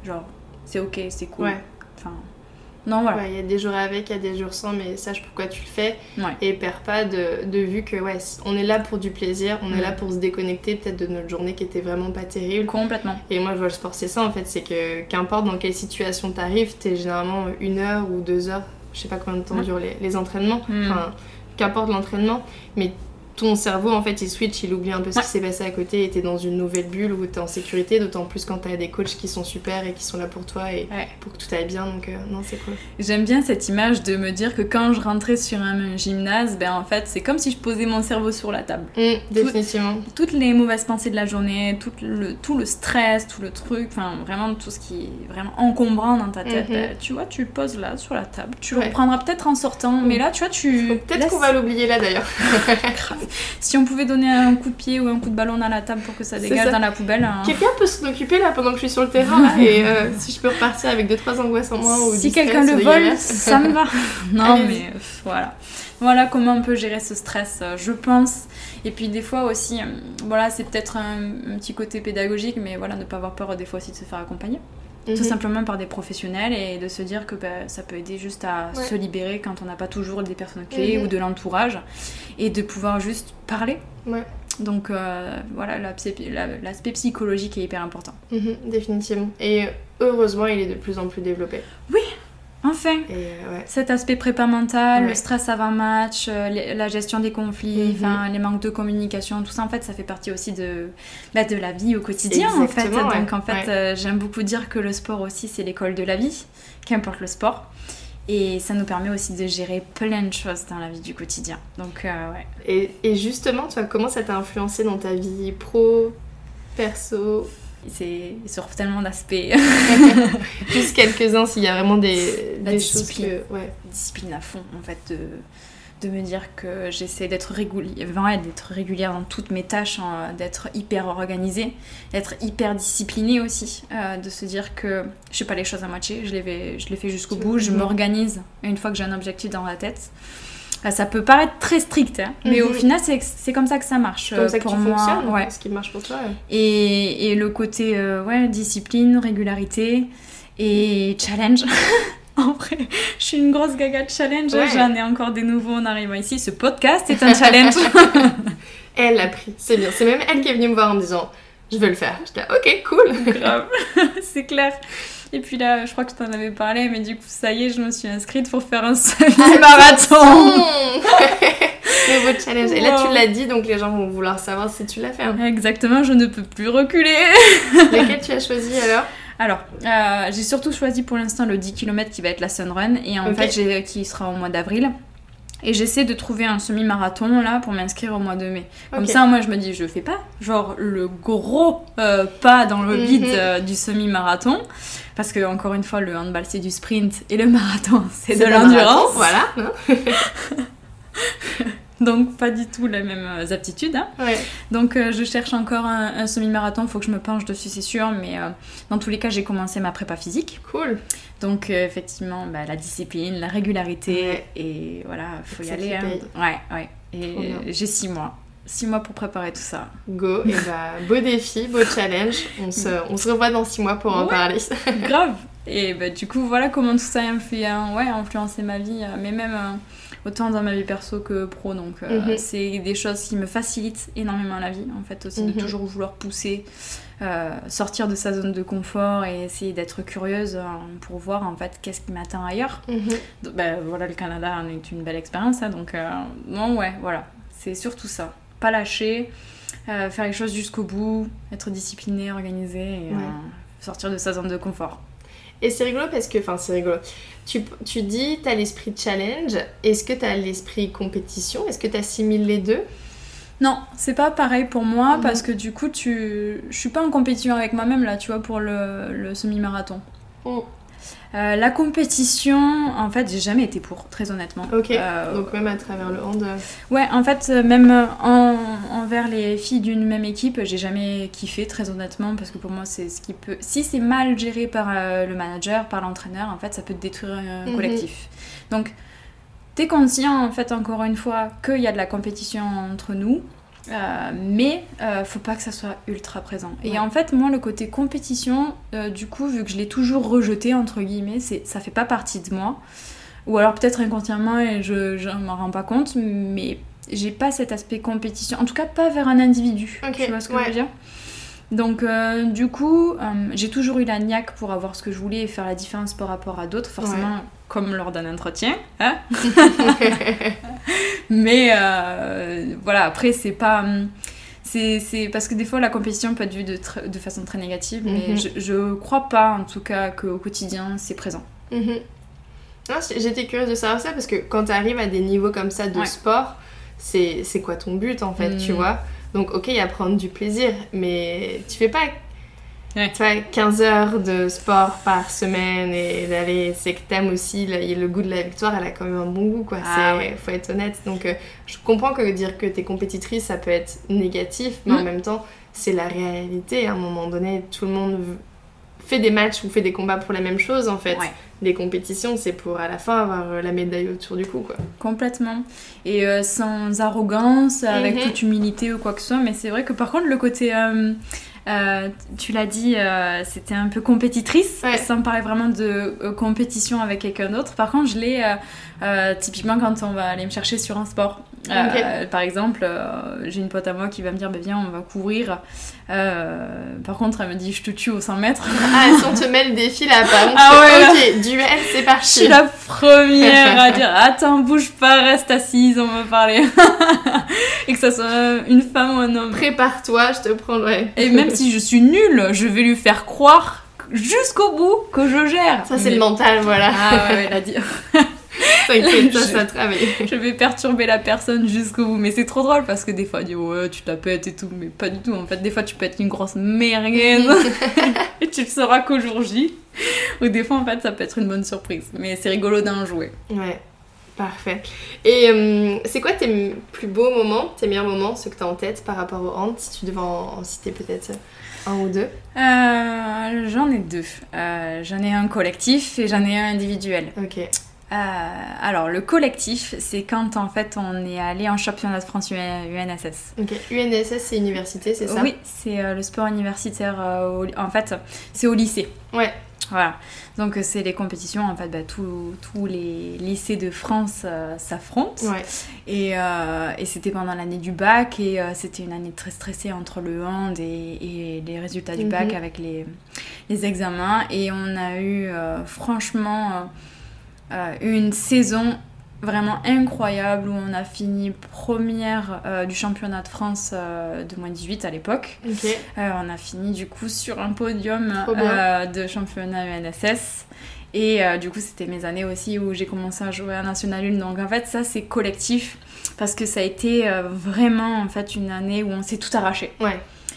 c'est ok, c'est cool. Enfin, non, voilà. Il y a des jours avec, il y a des jours sans, mais sache pourquoi tu le fais, et perds pas de vue que on est là pour du plaisir, on est là pour se déconnecter peut-être de notre journée qui était vraiment pas terrible. Complètement. Et moi je vois le sport, c'est ça en fait, c'est que qu'importe dans quelle situation t'arrives, t'es généralement 1 heure ou 2 heures, je sais pas combien de temps durent les entraînements, enfin qu'importe l'entraînement, mais ton cerveau en fait il switch, il oublie un peu ce qui s'est passé à côté, et t'es dans une nouvelle bulle où t'es en sécurité, d'autant plus quand t'as des coachs qui sont super et qui sont là pour toi et pour que tout aille bien, donc non, c'est cool. J'aime bien cette image de me dire que quand je rentrais sur un gymnase, ben en fait c'est comme si je posais mon cerveau sur la table. Définitivement. Toutes les mauvaises pensées de la journée, tout le stress, tout le truc, enfin vraiment tout ce qui est vraiment encombrant dans ta tête, ben, tu vois, tu le poses là sur la table, tu le reprendras peut-être en sortant, mais là tu vois, peut-être qu'on va l'oublier là d'ailleurs. Si on pouvait donner un coup de pied ou un coup de ballon dans la table pour que ça dégage dans la poubelle. Quelqu'un peut s'en occuper là pendant que je suis sur le terrain là, et si je peux repartir avec 2-3 angoisses en moins, ou si quelqu'un le vole, ça me va. Non mais voilà comment on peut gérer ce stress, je pense. Et puis des fois aussi, voilà, c'est peut-être un petit côté pédagogique, mais voilà, ne pas avoir peur des fois aussi de se faire accompagner. Tout simplement par des professionnels, et de se dire que ça peut aider juste à se libérer quand on n'a pas toujours des personnes clés ou de l'entourage, et de pouvoir juste parler. Donc voilà, l'aspect psychologique est hyper important. Définitivement. Et heureusement, il est de plus en plus développé. Oui, enfin. Et cet aspect prépa mental, le stress avant match, la gestion des conflits, les manques de communication, tout ça en fait, ça fait partie aussi de la vie au quotidien. Exactement, en fait. Donc en fait, j'aime beaucoup dire que le sport aussi c'est l'école de la vie, qu'importe le sport. Et ça nous permet aussi de gérer plein de choses dans la vie du quotidien. Donc Et justement, toi, comment ça t'a influencé dans ta vie pro, perso ? C'est sur tellement d'aspects. Juste quelques-uns, s'il y a vraiment des choses que... Discipline à fond, en fait, de me dire que j'essaie d'être régulière dans toutes mes tâches, d'être hyper organisée, d'être hyper disciplinée aussi, de se dire que je fais pas les choses à moitié, je les fais jusqu'au bout, je m'organise une fois que j'ai un objectif dans la tête. Ça peut paraître très strict, mais au final, c'est comme ça que ça marche. Comme ça que pour tu moi, fonctionnes, ce qui marche pour toi. Et le côté discipline, régularité et challenge. En vrai, je suis une grosse gaga de challenge. J'en ai encore des nouveaux en arrivant ici. Ce podcast est un challenge. Elle l'a pris, c'est bien. C'est même elle qui est venue me voir en me disant « Je veux le faire ». J'étais là « Ok, cool ». Grave, c'est clair. Et puis là, je crois que je t'en avais parlé, mais du coup, ça y est, je me suis inscrite pour faire un semi-marathon. Nouveau challenge. Et là, tu l'as dit, donc les gens vont vouloir savoir si tu l'as fait. Exactement, je ne peux plus reculer. Lequel tu as choisi alors ? J'ai surtout choisi pour l'instant le 10 km qui va être la Sun Run, et en fait, qui sera au mois d'avril. Et j'essaie de trouver un semi-marathon là pour m'inscrire au mois de mai. Comme ça, moi je me dis, je fais pas genre le gros pas dans le vide du semi-marathon. Parce que, encore une fois, le handball c'est du sprint et le marathon c'est de l'endurance. Voilà. donc pas du tout les mêmes aptitudes. Hein. Ouais. Donc je cherche encore un semi-marathon, il faut que je me penche dessus, c'est sûr, mais dans tous les cas, j'ai commencé ma prépa physique. Cool. Donc effectivement, la discipline, la régularité, et voilà, il faut y aller. Hein. Ouais. Et j'ai 6 mois. 6 mois pour préparer tout ça. Go, et beau défi, beau challenge. On se revoit dans 6 mois pour en parler. Grave. Et du coup, voilà comment tout ça a influencé ma vie, mais même autant dans ma vie perso que pro. Donc, c'est des choses qui me facilitent énormément la vie, en fait, aussi, de toujours vouloir pousser, sortir de sa zone de confort et essayer d'être curieuse pour voir, en fait, qu'est-ce qui m'attend ailleurs. Voilà, le Canada en est une belle expérience, hein, donc, voilà, c'est surtout ça. Pas lâcher, faire les choses jusqu'au bout, être discipliné, organisé et sortir de sa zone de confort. Et c'est rigolo parce que, c'est rigolo. Tu dis, t'as l'esprit challenge. Est-ce que t'as l'esprit compétition? Est-ce que t'assimiles les deux? Non, c'est pas pareil pour moi parce que du coup, je suis pas en compétition avec moi-même là, tu vois, pour le semi-marathon. La compétition, en fait, j'ai jamais été pour, très honnêtement. Ok, donc même à travers le hand... Ouais, en fait, même envers les filles d'une même équipe, j'ai jamais kiffé, très honnêtement, parce que pour moi, c'est ce qui peut... Si c'est mal géré par le manager, par l'entraîneur, en fait, ça peut détruire un collectif. Donc, t'es conscient, en fait, encore une fois, qu'il y a de la compétition entre nous, mais faut pas que ça soit ultra présent. Et en fait, moi, le côté compétition, du coup, vu que je l'ai toujours rejeté, entre guillemets, ça fait pas partie de moi. Ou alors peut-être inconsciemment et je m'en rends pas compte, mais j'ai pas cet aspect compétition, en tout cas pas vers un individu. Tu vois ce que je veux dire? Donc du coup, j'ai toujours eu la niaque pour avoir ce que je voulais et faire la différence par rapport à d'autres, forcément, comme lors d'un entretien. Hein. Mais voilà, après, c'est pas... C'est parce que des fois, la compétition peut être vue de façon très négative, mais je crois pas, en tout cas, qu'au quotidien, c'est présent. Non, j'étais curieuse de savoir ça, parce que quand t'arrives à des niveaux comme ça de sport, c'est quoi ton but, en fait, tu vois? Donc, ok, il y a prendre du plaisir, mais tu fais pas tu vois, 15 heures de sport par semaine et d'aller... C'est que t'aimes aussi le goût de la victoire, elle a quand même un bon goût, quoi. Faut être honnête. Donc, je comprends que dire que t'es compétitrice, ça peut être négatif, mais en même temps, c'est la réalité. À un moment donné, tout le monde fait des matchs ou fait des combats pour la même chose, en fait. Les compétitions, c'est pour à la fin avoir la médaille autour du cou, quoi. Complètement. Et sans arrogance, avec toute humilité ou quoi que ce soit. Mais c'est vrai que par contre, le côté... tu l'as dit, c'était un peu compétitrice. Ça me paraît vraiment de compétition avec quelqu'un d'autre. Par contre, je l'ai typiquement quand on va aller me chercher sur un sport. Par exemple, j'ai une pote à moi qui va me dire viens, on va courir. Par contre, elle me dit je te tue aux 100 mètres. Si on te met le défi là, par contre, ok, duel, c'est parti. Je suis la première à dire attends, bouge pas, reste assise, on va parler. Et que ça soit une femme ou un homme. Prépare-toi, je te prendrai. Et même si je suis nulle, je vais lui faire croire jusqu'au bout que je gère. Ça, c'est le mental, voilà. Elle a dit. T'inquiète, ça travaille. Je vais perturber la personne jusqu'au bout. Mais c'est trop drôle parce que des fois, elle dit ouais, tu te la pètes et tout. Mais pas du tout. En fait, des fois, tu peux être une grosse merguez et tu le sauras qu'au jour J. Ou des fois, en fait, ça peut être une bonne surprise. Mais c'est rigolo d'en jouer. Ouais, parfait. Et c'est quoi tes plus beaux moments, tes meilleurs moments, ceux que t'as en tête par rapport au hand, si tu devais en citer peut-être un ou deux? J'en ai deux. J'en ai un collectif et j'en ai un individuel. Ok. Alors, le collectif, c'est quand en fait on est allé en championnat de France UNSS. Ok, UNSS c'est université, c'est ça? Oui, c'est le sport universitaire, en fait, c'est au lycée. Ouais. Voilà, donc c'est les compétitions, en fait, tous les lycées de France s'affrontent. Ouais. Et c'était pendant l'année du bac, et c'était une année très stressée entre le hand et les résultats du bac avec les examens. Et on a eu franchement... une saison vraiment incroyable où on a fini première du championnat de France de moins 18 à l'époque. Okay. On a fini du coup sur un podium de championnat UNSS et du coup c'était mes années aussi où j'ai commencé à jouer à National 1. Donc en fait ça c'est collectif parce que ça a été vraiment en fait une année où on s'est tout arraché. Ouais.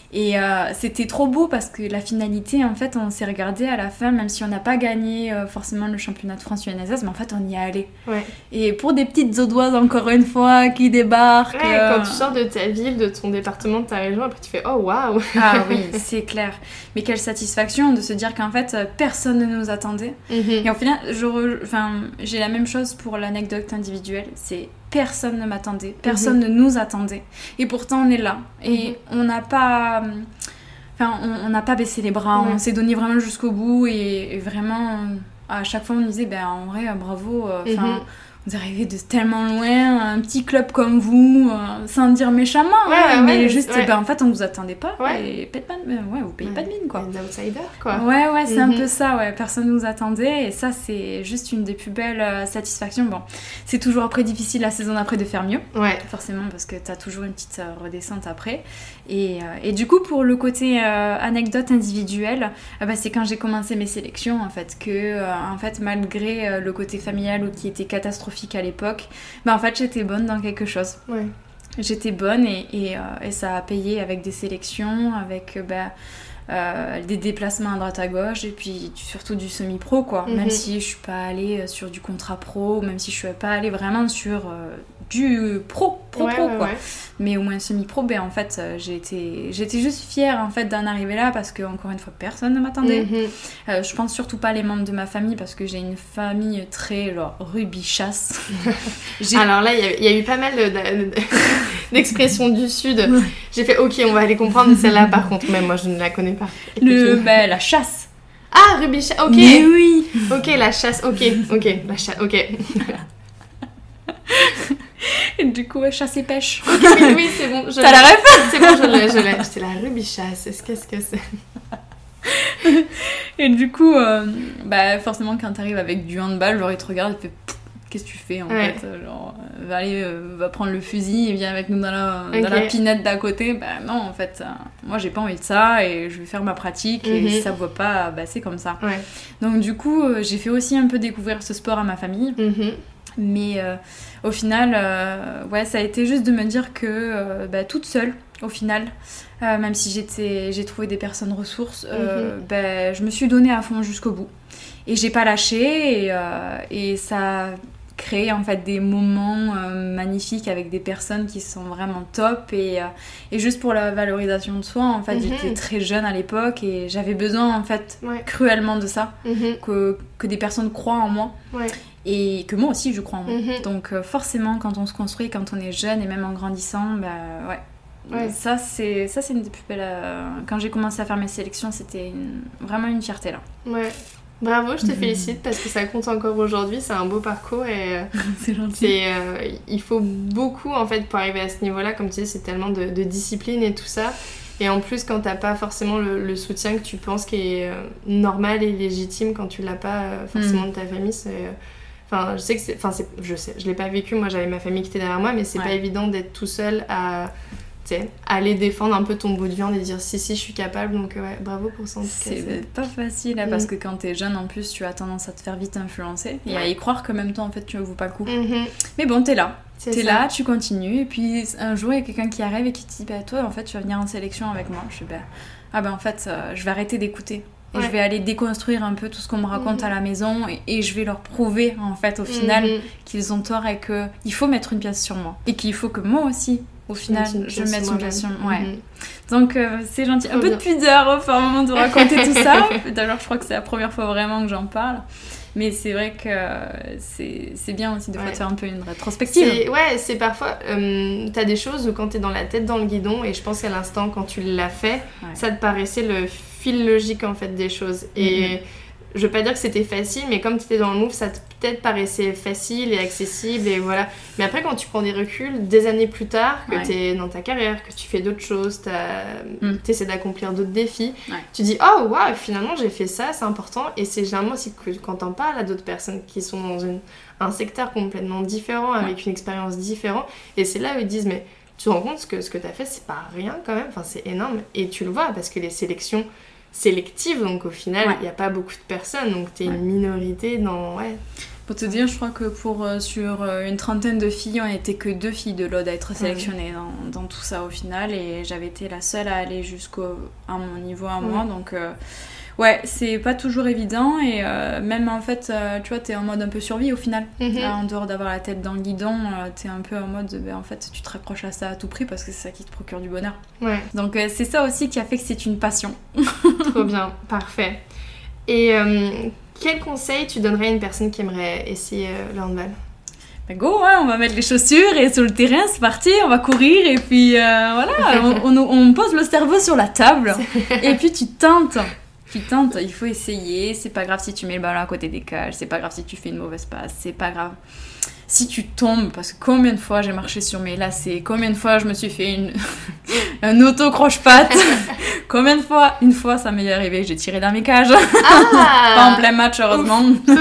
Et c'était trop beau parce que la finalité, en fait, on s'est regardé à la fin, même si on n'a pas gagné forcément le championnat de France UNSS, mais en fait, on y est allé. Ouais. Et pour des petites audoises, encore une fois, qui débarquent... Ouais, quand tu sors de ta ville, de ton département, de ta région, après tu fais « Oh, waouh !» Ah oui, c'est clair. Mais quelle satisfaction de se dire qu'en fait, personne ne nous attendait. Et au final, j'ai la même chose pour l'anecdote individuelle. C'est personne ne m'attendait, personne ne nous attendait. Et pourtant, on est là. Et on n'a pas... on n'a pas baissé les bras. On s'est donné vraiment jusqu'au bout. Et vraiment, à chaque fois, on disait, en vrai, bravo. Vous arrivez de tellement loin, un petit club comme vous, sans dire méchamment, mais juste, en fait, on vous attendait pas, et vous payez pas de mine, quoi. Les outsiders, quoi. Ouais, c'est un peu ça, personne nous attendait, et ça, c'est juste une des plus belles satisfactions. Bon, c'est toujours après difficile la saison d'après de faire mieux, forcément, parce que t'as toujours une petite redescente après. Et du coup, pour le côté anecdote individuelle, c'est quand j'ai commencé mes sélections, en fait, que, malgré le côté familial qui était catastrophique à l'époque, en fait j'étais bonne dans quelque chose. J'étais bonne et ça a payé avec des sélections, avec des déplacements à droite à gauche et puis surtout du semi-pro, quoi. Même si je suis pas allée sur du contrat pro, même si je suis pas allée vraiment sur du pro quoi. Mais au moins semi-pro, en fait j'étais juste fière, en fait, d'en arriver là, parce que encore une fois personne ne m'attendait. Je pense surtout pas les membres de ma famille, parce que j'ai une famille très rubichasse. Alors là il y a eu pas mal d'expressions du sud. J'ai fait ok, on va aller comprendre celle-là, par contre même moi je ne la connais pas. La chasse. Ah, rubichasse, ok. Mais oui. Ok, la chasse, ok, la chasse, ok. Et du coup, chasse et pêche. Okay, oui, c'est bon. T'as la ref? C'est bon, je l'ai. J'étais la rubichasse. Qu'est-ce que c'est? Et du coup, forcément, quand t'arrives avec du handball, genre, il te regarde et fait qu'est-ce que tu fais, en fait? Genre, va prendre le fusil et viens avec nous dans la pinette d'à côté. Non, en fait, moi, j'ai pas envie de ça et je vais faire ma pratique et si ça me voit pas, c'est comme ça. Donc, du coup, j'ai fait aussi un peu découvrir ce sport à ma famille. Mais au final, ça a été juste de me dire que toute seule, au final, même si j'ai trouvé des personnes ressources, je me suis donnée à fond jusqu'au bout. Et j'ai pas lâché et ça a créé, en fait, des moments magnifiques avec des personnes qui sont vraiment top. Et juste pour la valorisation de soi, en fait, j'étais très jeune à l'époque et j'avais besoin, en fait, cruellement de ça, que des personnes croient en moi. Et que moi aussi je crois en moi. Donc forcément, quand on se construit, quand on est jeune et même en grandissant, ça c'est une des plus belles... Quand j'ai commencé à faire mes sélections, c'était vraiment une fierté là. Bravo, je te félicite parce que ça compte encore aujourd'hui, c'est un beau parcours et c'est gentil. Il faut beaucoup, en fait, pour arriver à ce niveau-là. Comme tu dis, c'est tellement de discipline et tout ça. Et en plus, quand t'as pas forcément le soutien que tu penses qui est normal et légitime, quand tu l'as pas forcément de ta famille, c'est... je sais que je l'ai pas vécu, moi j'avais ma famille qui était derrière moi, mais c'est pas évident d'être tout seul à aller défendre un peu ton bout de viande et dire si je suis capable, donc bravo pour ça en tout cas. C'est pas facile parce que quand t'es jeune, en plus tu as tendance à te faire vite influencer et à y croire que même toi en fait tu ne vaux pas le coup. Mais bon, t'es là. Là, tu continues et puis un jour il y a quelqu'un qui arrive et qui te dit toi en fait tu vas venir en sélection avec moi. Je dis en fait je vais arrêter d'écouter. Et je vais aller déconstruire un peu tout ce qu'on me raconte à la maison et je vais leur prouver en fait au final qu'ils ont tort et qu'il faut mettre une pièce sur moi. Et qu'il faut que moi aussi, au final, je mette une pièce sur moi. Donc c'est gentil. Un peu de pudeur au moment de raconter tout ça. D'ailleurs, je crois que c'est la première fois vraiment que j'en parle. Mais c'est vrai que c'est bien aussi de faire un peu une rétrospective. C'est parfois... t'as des choses où quand t'es dans la tête dans le guidon, et je pense qu'à l'instant, quand tu l'as fait, ça te paraissait le fil logique, en fait, des choses. Et je veux pas dire que c'était facile, mais comme t'étais dans le move, ça peut-être paraissait facile et accessible, et voilà. Mais après, quand tu prends des reculs, des années plus tard, que t'es dans ta carrière, que tu fais d'autres choses, t'essaies d'accomplir d'autres défis, tu dis « Oh, waouh, finalement, j'ai fait ça, c'est important. » Et c'est généralement aussi que quand t'en parles à d'autres personnes qui sont dans un secteur complètement différent, avec une expérience différente, et c'est là où ils disent « Mais tu te rends compte que ce que t'as fait, c'est pas rien quand même, enfin, c'est énorme. » Et tu le vois, parce que les sélections sélectives, donc au final, il n'y a pas beaucoup de personnes, donc t'es une minorité dans... Pour te dire, je crois que sur une trentaine de filles, on n'était que 2 filles de l'Aude à être sélectionnées dans tout ça au final. Et j'avais été la seule à aller à mon niveau à moi. Donc, ouais, c'est pas toujours évident. Et même en fait, tu vois, t'es en mode un peu survie au final. En dehors d'avoir la tête dans le guidon, t'es un peu en mode, en fait, tu te rapproches à ça à tout prix parce que c'est ça qui te procure du bonheur. Ouais. Donc, c'est ça aussi qui a fait que c'est une passion. Trop bien, parfait. Et quel conseil tu donnerais à une personne qui aimerait essayer le handball ? Ben go, hein, on va mettre les chaussures et sur le terrain, c'est parti, on va courir et puis voilà, on pose le cerveau sur la table et puis tu tentes, il faut essayer, c'est pas grave si tu mets le ballon à côté des cages, c'est pas grave si tu fais une mauvaise passe, c'est pas grave si tu tombes, parce que combien de fois j'ai marché sur mes lacets, combien de fois je me suis fait un auto-croche-patte, combien de fois, une fois ça m'est arrivé, j'ai tiré dans mes cages, pas en plein match heureusement,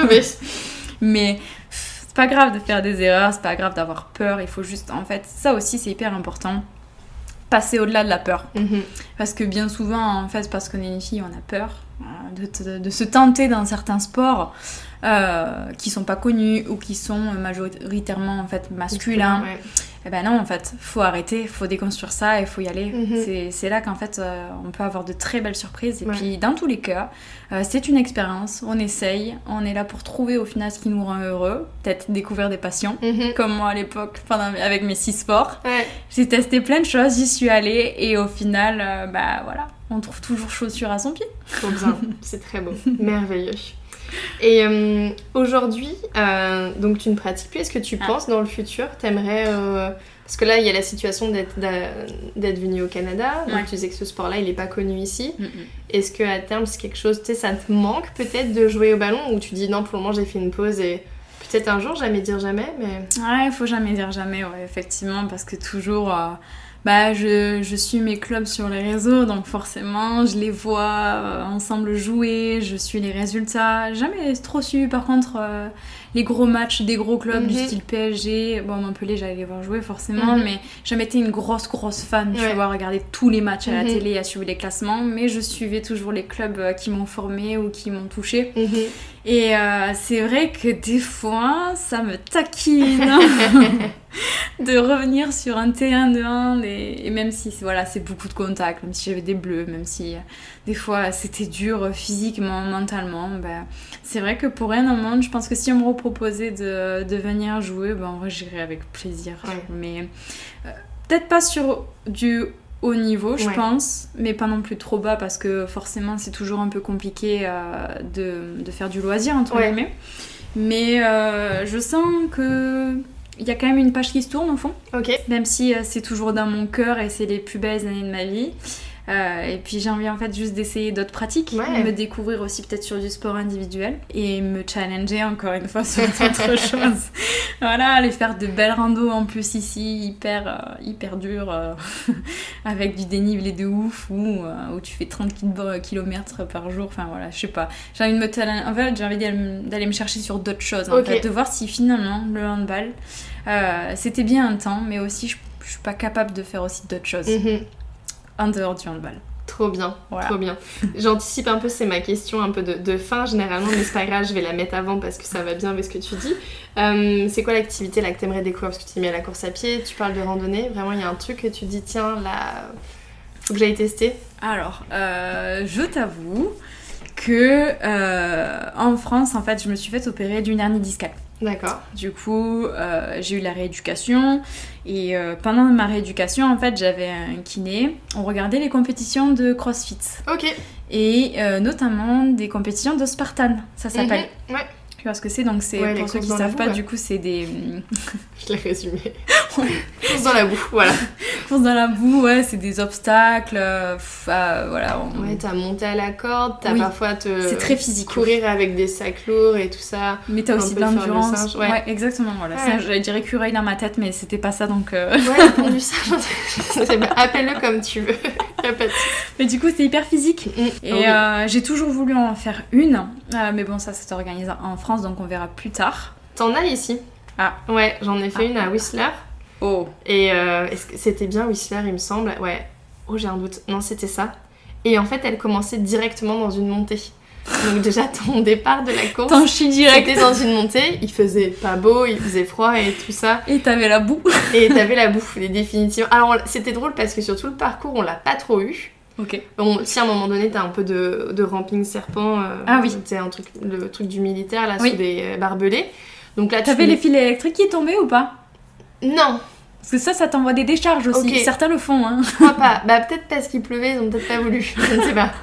mais c'est pas grave de faire des erreurs, c'est pas grave d'avoir peur, il faut juste, en fait, ça aussi c'est hyper important, passer au-delà de la peur, parce que bien souvent, en fait, parce qu'on est une fille, on a peur de se tenter dans certains sports, qui sont pas connus ou qui sont majoritairement en fait masculins. Ouais. Et ben non, en fait, faut arrêter, faut déconstruire ça et faut y aller. C'est là qu'en fait on peut avoir de très belles surprises. Et puis dans tous les cas, c'est une expérience, on essaye, on est là pour trouver au final ce qui nous rend heureux, peut-être découvrir des passions, comme moi à l'époque avec mes 6 sports. Ouais. J'ai testé plein de choses, j'y suis allée et au final, bah voilà, on trouve toujours chaussure à son pied. Trop bien, c'est très beau, merveilleux. Et aujourd'hui, donc tu ne pratiques plus, est-ce que tu penses dans le futur, t'aimerais... Parce que là, il y a la situation d'être venue au Canada, donc tu disais que ce sport-là, il n'est pas connu ici. Est-ce qu'à terme, c'est quelque chose, tu sais, ça te manque peut-être de jouer au ballon, ou tu dis non, pour le moment, j'ai fait une pause et peut-être un jour, jamais dire jamais, mais... Ouais, il faut jamais dire jamais, ouais, effectivement, parce que toujours... Bah, je suis mes clubs sur les réseaux, donc forcément, je les vois ensemble jouer, je suis les résultats. Jamais trop su, par contre, les gros matchs des gros clubs du style PSG. Bon, Montpellier, j'allais les voir jouer forcément, mais jamais été une grosse fan, tu vois, regarder tous les matchs à la télé, à suivre les classements, mais je suivais toujours les clubs qui m'ont formée ou qui m'ont touchée. Et c'est vrai que des fois, ça me taquine de revenir sur un terrain de hand et même si voilà, c'est beaucoup de contacts, même si j'avais des bleus, même si des fois c'était dur physiquement, mentalement, ben, c'est vrai que pour rien au monde, je pense que si on me reproposait de venir jouer, ben, en vrai j'irais avec plaisir. Mais peut-être pas sur du haut niveau, je pense, mais pas non plus trop bas parce que forcément c'est toujours un peu compliqué de faire du loisir entre guillemets. Mais je sens que il y a quand même une page qui se tourne au fond, même si c'est toujours dans mon cœur et c'est les plus belles années de ma vie. Et puis j'ai envie en fait juste d'essayer d'autres pratiques, me découvrir aussi peut-être sur du sport individuel et me challenger encore une fois sur d'autres choses. Voilà, aller faire de belles randos en plus ici, hyper dur, avec du dénivelé de ouf où tu fais 30 km par jour, enfin voilà, je sais pas. J'ai envie de me challenger, en fait j'ai envie d'aller me chercher sur d'autres choses, en fait, de voir si finalement le handball, c'était bien un temps, mais aussi je suis pas capable de faire aussi d'autres choses. En dehors du handball. Trop bien, trop bien. J'anticipe un peu, c'est ma question un peu de fin généralement, mais c'est pas grave, je vais la mettre avant parce que ça va bien avec ce que tu dis. C'est quoi l'activité là que t'aimerais découvrir? Parce que tu t'es mis à la course à pied, tu parles de randonnée, vraiment il y a un truc que tu dis tiens là, faut que j'aille tester. Alors, je t'avoue que en France, en fait, je me suis fait opérer d'une hernie discale. D'accord. Du coup, j'ai eu la rééducation et pendant ma rééducation, en fait, j'avais un kiné. On regardait les compétitions de CrossFit. Et notamment des compétitions de Spartan, ça s'appelle. Tu vois ce que c'est? Donc c'est pour ceux qui ne savent pas, du coup, c'est des... Je l'ai résumé. Course dans la boue, voilà. Course dans la boue, ouais, c'est des obstacles, voilà. Ouais, t'as monté à la corde, t'as parfois c'est très physique. Courir avec des sacs lourds et tout ça. Mais t'as aussi de l'endurance. Ouais, exactement, voilà. Ça, j'allais dire écureuil dans ma tête, mais c'était pas ça, donc... Ouais, pondu singe, appelle-le comme tu veux. Y a pas de... Mais du coup, c'est hyper physique. Et j'ai toujours voulu en faire une, mais bon, ça s'organise en France, donc on verra plus tard. T'en as ici? Ouais, j'en ai fait une à Whistler. Et est-ce que c'était bien Whistler, il me semble? Ouais. Oh, j'ai un doute. Non, c'était ça. Et en fait, elle commençait directement dans une montée. Donc déjà, ton départ de la course, t'en chies direct. c'était dans une montée, il faisait pas beau, il faisait froid et tout ça. Et t'avais la boue. Et t'avais la bouffe, définitivement. Alors c'était drôle parce que sur tout le parcours, on l'a pas trop eu. Ok. Bon, si à un moment donné, t'as un peu de ramping serpent, ah oui. c'est le truc du militaire, là, oui. sous des barbelés. Donc là, t'avais les fils électriques qui tombaient ou pas? Non. Parce que ça t'envoie des décharges aussi. Okay. Certains le font, hein. Je crois pas. Bah, peut-être parce qu'il pleuvait, ils ont peut-être pas voulu. Je ne sais pas.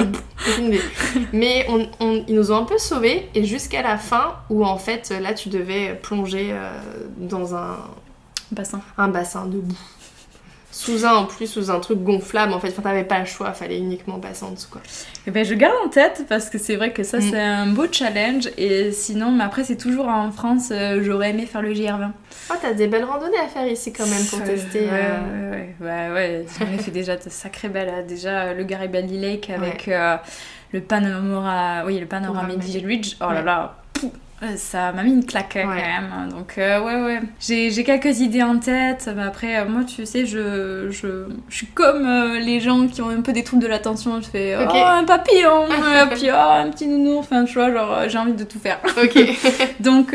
Mais ils nous ont un peu sauvés, et jusqu'à la fin, où en fait, là, tu devais plonger dans un bassin de boue. Sous un truc gonflable, en fait. Enfin, t'avais pas le choix, fallait uniquement passer en dessous, quoi. Et ben, je garde en tête, parce que c'est vrai que ça, c'est un beau challenge. Et sinon, mais après, c'est toujours en France, j'aurais aimé faire le GR20. Oh, t'as des belles randonnées à faire ici, quand même, pour tester. Ouais. On a fait déjà de sacrées belles. Déjà, le Garibaldi Lake avec le panorama Middle Ridge. Oh là là, ça m'a mis une claque quand même. Donc ouais. J'ai quelques idées en tête. Mais après, moi, tu sais, je suis comme les gens qui ont un peu des troubles de l'attention. Je fais un papillon, et puis un petit nounours. Enfin, tu vois, genre, j'ai envie de tout faire. Ok. Donc,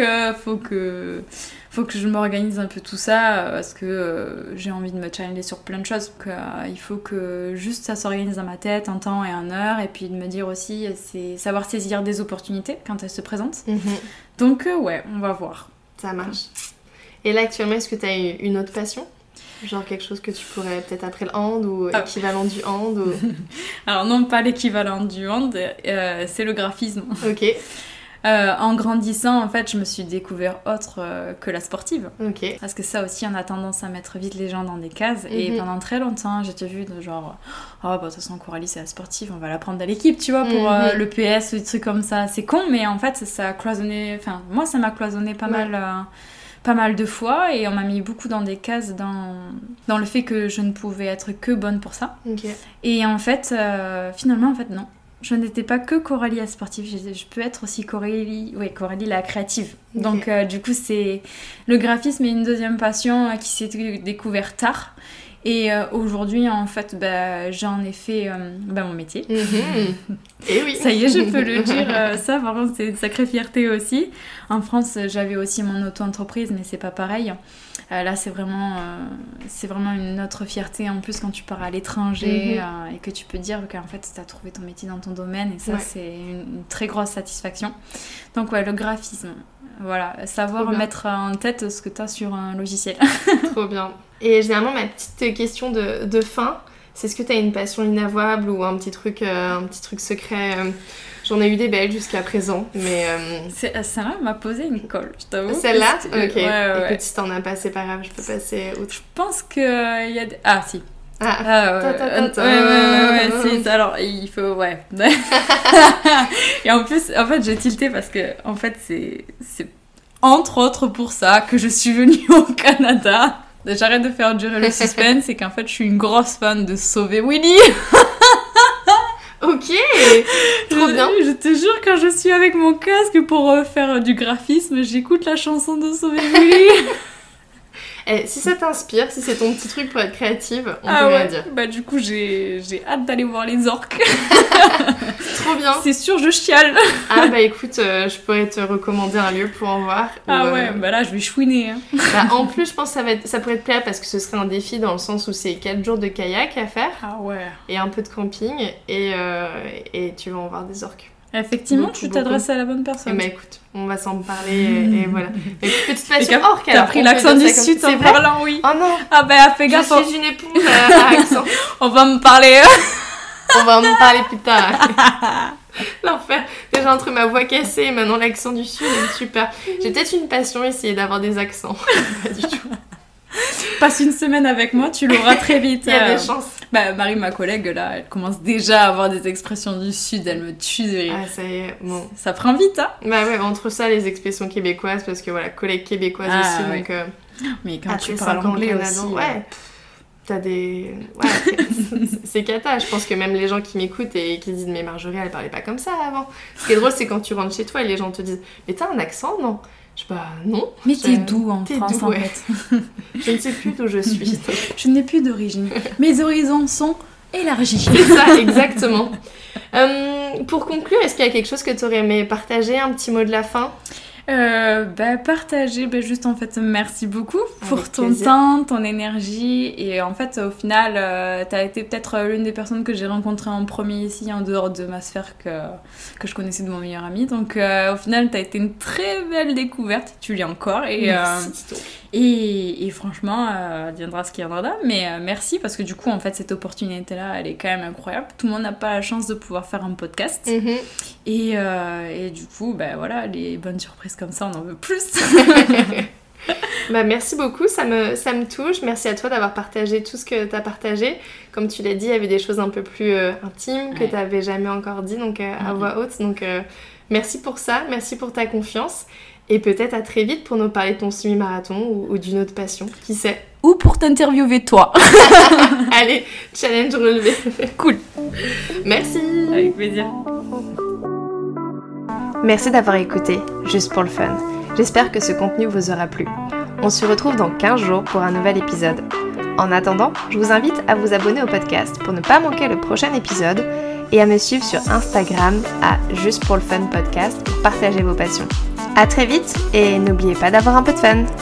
faut que je m'organise un peu tout ça parce que j'ai envie de me challenger sur plein de choses. Donc, il faut que juste ça s'organise dans ma tête en temps et en heure. Et puis de me dire aussi, c'est savoir saisir des opportunités quand elles se présentent. Donc ouais, on va voir. Ça marche. Et là actuellement, est-ce que tu as une autre passion ? Genre quelque chose que tu pourrais peut-être après le hand ou équivalent du hand ou... Alors non, pas l'équivalent du hand, c'est le graphisme. Ok. En grandissant, en fait, je me suis découvert autre que la sportive. Ok. Parce que ça aussi, on a tendance à mettre vite les gens dans des cases. Et pendant très longtemps, j'étais vue de genre... Oh, de toute façon, Coralie, c'est la sportive, on va la prendre à l'équipe, tu vois, pour le PS, des trucs comme ça. C'est con, mais en fait, ça a cloisonné... Enfin, moi, ça m'a cloisonné pas mal de fois. Et on m'a mis beaucoup dans des cases dans le fait que je ne pouvais être que bonne pour ça. Okay. Et en fait, finalement, non. Je n'étais pas que Coralie la sportive, je peux être aussi Coralie la créative. Okay. Donc du coup, c'est le graphisme est une deuxième passion qui s'est découverte tard. Et aujourd'hui, en fait, j'en ai fait mon métier. Et oui. Ça y est, je peux le dire. Ça, par contre, c'est une sacrée fierté aussi. En France, j'avais aussi mon auto-entreprise, mais c'est pas pareil. Là, c'est vraiment une autre fierté en plus quand tu pars à l'étranger et que tu peux dire qu'en fait, tu as trouvé ton métier dans ton domaine. Et ça, c'est une très grosse satisfaction. Donc, ouais, le graphisme. Voilà, savoir mettre en tête ce que tu as sur un logiciel. Trop bien. Et généralement, ma petite question de fin, c'est est-ce que tu as une passion inavouable ou un petit truc secret J'en ai eu des belles jusqu'à présent, mais... Celle-là m'a posé une colle, je t'avoue. Celle-là ? Ok. Ouais. Écoute, si t'en as pas, c'est pas grave, je peux passer outre. Je pense qu'il y a des... Ah, si. Ouais. Si, alors, il faut... Ouais. Et en plus, en fait, j'ai tilté parce que, en fait, c'est entre autres pour ça que je suis venue au Canada. J'arrête de faire durer le suspense, c'est qu'en fait, je suis une grosse fan de Sauver Willy. Ok, trop bien. Je te jure, quand je suis avec mon casque pour faire du graphisme, j'écoute la chanson de Sauver Willy. Si ça t'inspire, si c'est ton petit truc pour être créative, on peut rien dire. Du coup, j'ai hâte d'aller voir les orques. Trop bien. C'est sûr, je chiale. Écoute, je pourrais te recommander un lieu pour en voir. Là, je vais chouiner. Hein. En plus, je pense que ça pourrait te plaire parce que ce serait un défi dans le sens où c'est 4 jours de kayak à faire. Ah ouais. Et un peu de camping et tu vas en voir des orques. Effectivement, tu t'adresses à la bonne personne. Écoute, on va s'en parler et voilà. Mais petite passion orque. T'as pris l'accent du sud en parlant, oui. Oh non. Fais gaffe. Je suis une éponge à accent. On va me parler. On va en parler plus tard. L'enfer. Déjà entre ma voix cassée et maintenant l'accent du sud, super. J'ai peut-être une passion, essayer d'avoir des accents. Pas du tout. Passe une semaine avec moi, tu l'auras très vite. Il y a des chances. Marie, ma collègue, là, elle commence déjà à avoir des expressions du Sud, elle me tue de rire. Ah, ça y est, bon. Ça prend vite, hein. Entre ça, les expressions québécoises, parce que voilà, collègue québécoise aussi, ouais. Donc... Mais quand tu parles anglais aussi... T'as des... c'est cata, je pense que même les gens qui m'écoutent et qui disent « Mais Marjorie, elle parlait pas comme ça avant ». Ce qui est drôle, c'est quand tu rentres chez toi et les gens te disent « Mais t'as un accent, non ?» Je sais pas, non. Mais t'es d'où en France, en fait. Je ne sais plus d'où je suis. Je n'ai plus d'origine. Mes horizons sont élargis. C'est ça, exactement. Pour conclure, est-ce qu'il y a quelque chose que tu aurais aimé partager, un petit mot de la fin ? Partager, juste en fait merci beaucoup pour ton plaisir. temps, ton énergie, et en fait au final t'as été peut-être l'une des personnes que j'ai rencontrées en premier ici en dehors de ma sphère que je connaissais de mon meilleur ami, donc au final t'as été une très belle découverte, tu l'es encore, et franchement viendra ce qui viendra, mais merci parce que du coup en fait cette opportunité là elle est quand même incroyable, tout le monde n'a pas la chance de pouvoir faire un podcast. Et du coup voilà, les bonnes surprises comme ça on en veut plus. Merci beaucoup, ça me touche. Merci à toi d'avoir partagé tout ce que tu as partagé. Comme tu l'as dit, il y avait des choses un peu plus intimes que tu n'avais jamais encore dit, donc à voix haute. Donc merci pour ça, merci pour ta confiance. Et peut-être à très vite pour nous parler de ton semi-marathon ou d'une autre passion, qui sait. Ou pour t'interviewer toi. Allez, challenge relevé. Cool. Merci. Avec plaisir. Merci d'avoir écouté, juste pour le fun. J'espère que ce contenu vous aura plu. On se retrouve dans 15 jours pour un nouvel épisode. En attendant, je vous invite à vous abonner au podcast pour ne pas manquer le prochain épisode et à me suivre sur Instagram à Juste pour le Fun Podcast pour partager vos passions. À très vite et n'oubliez pas d'avoir un peu de fun.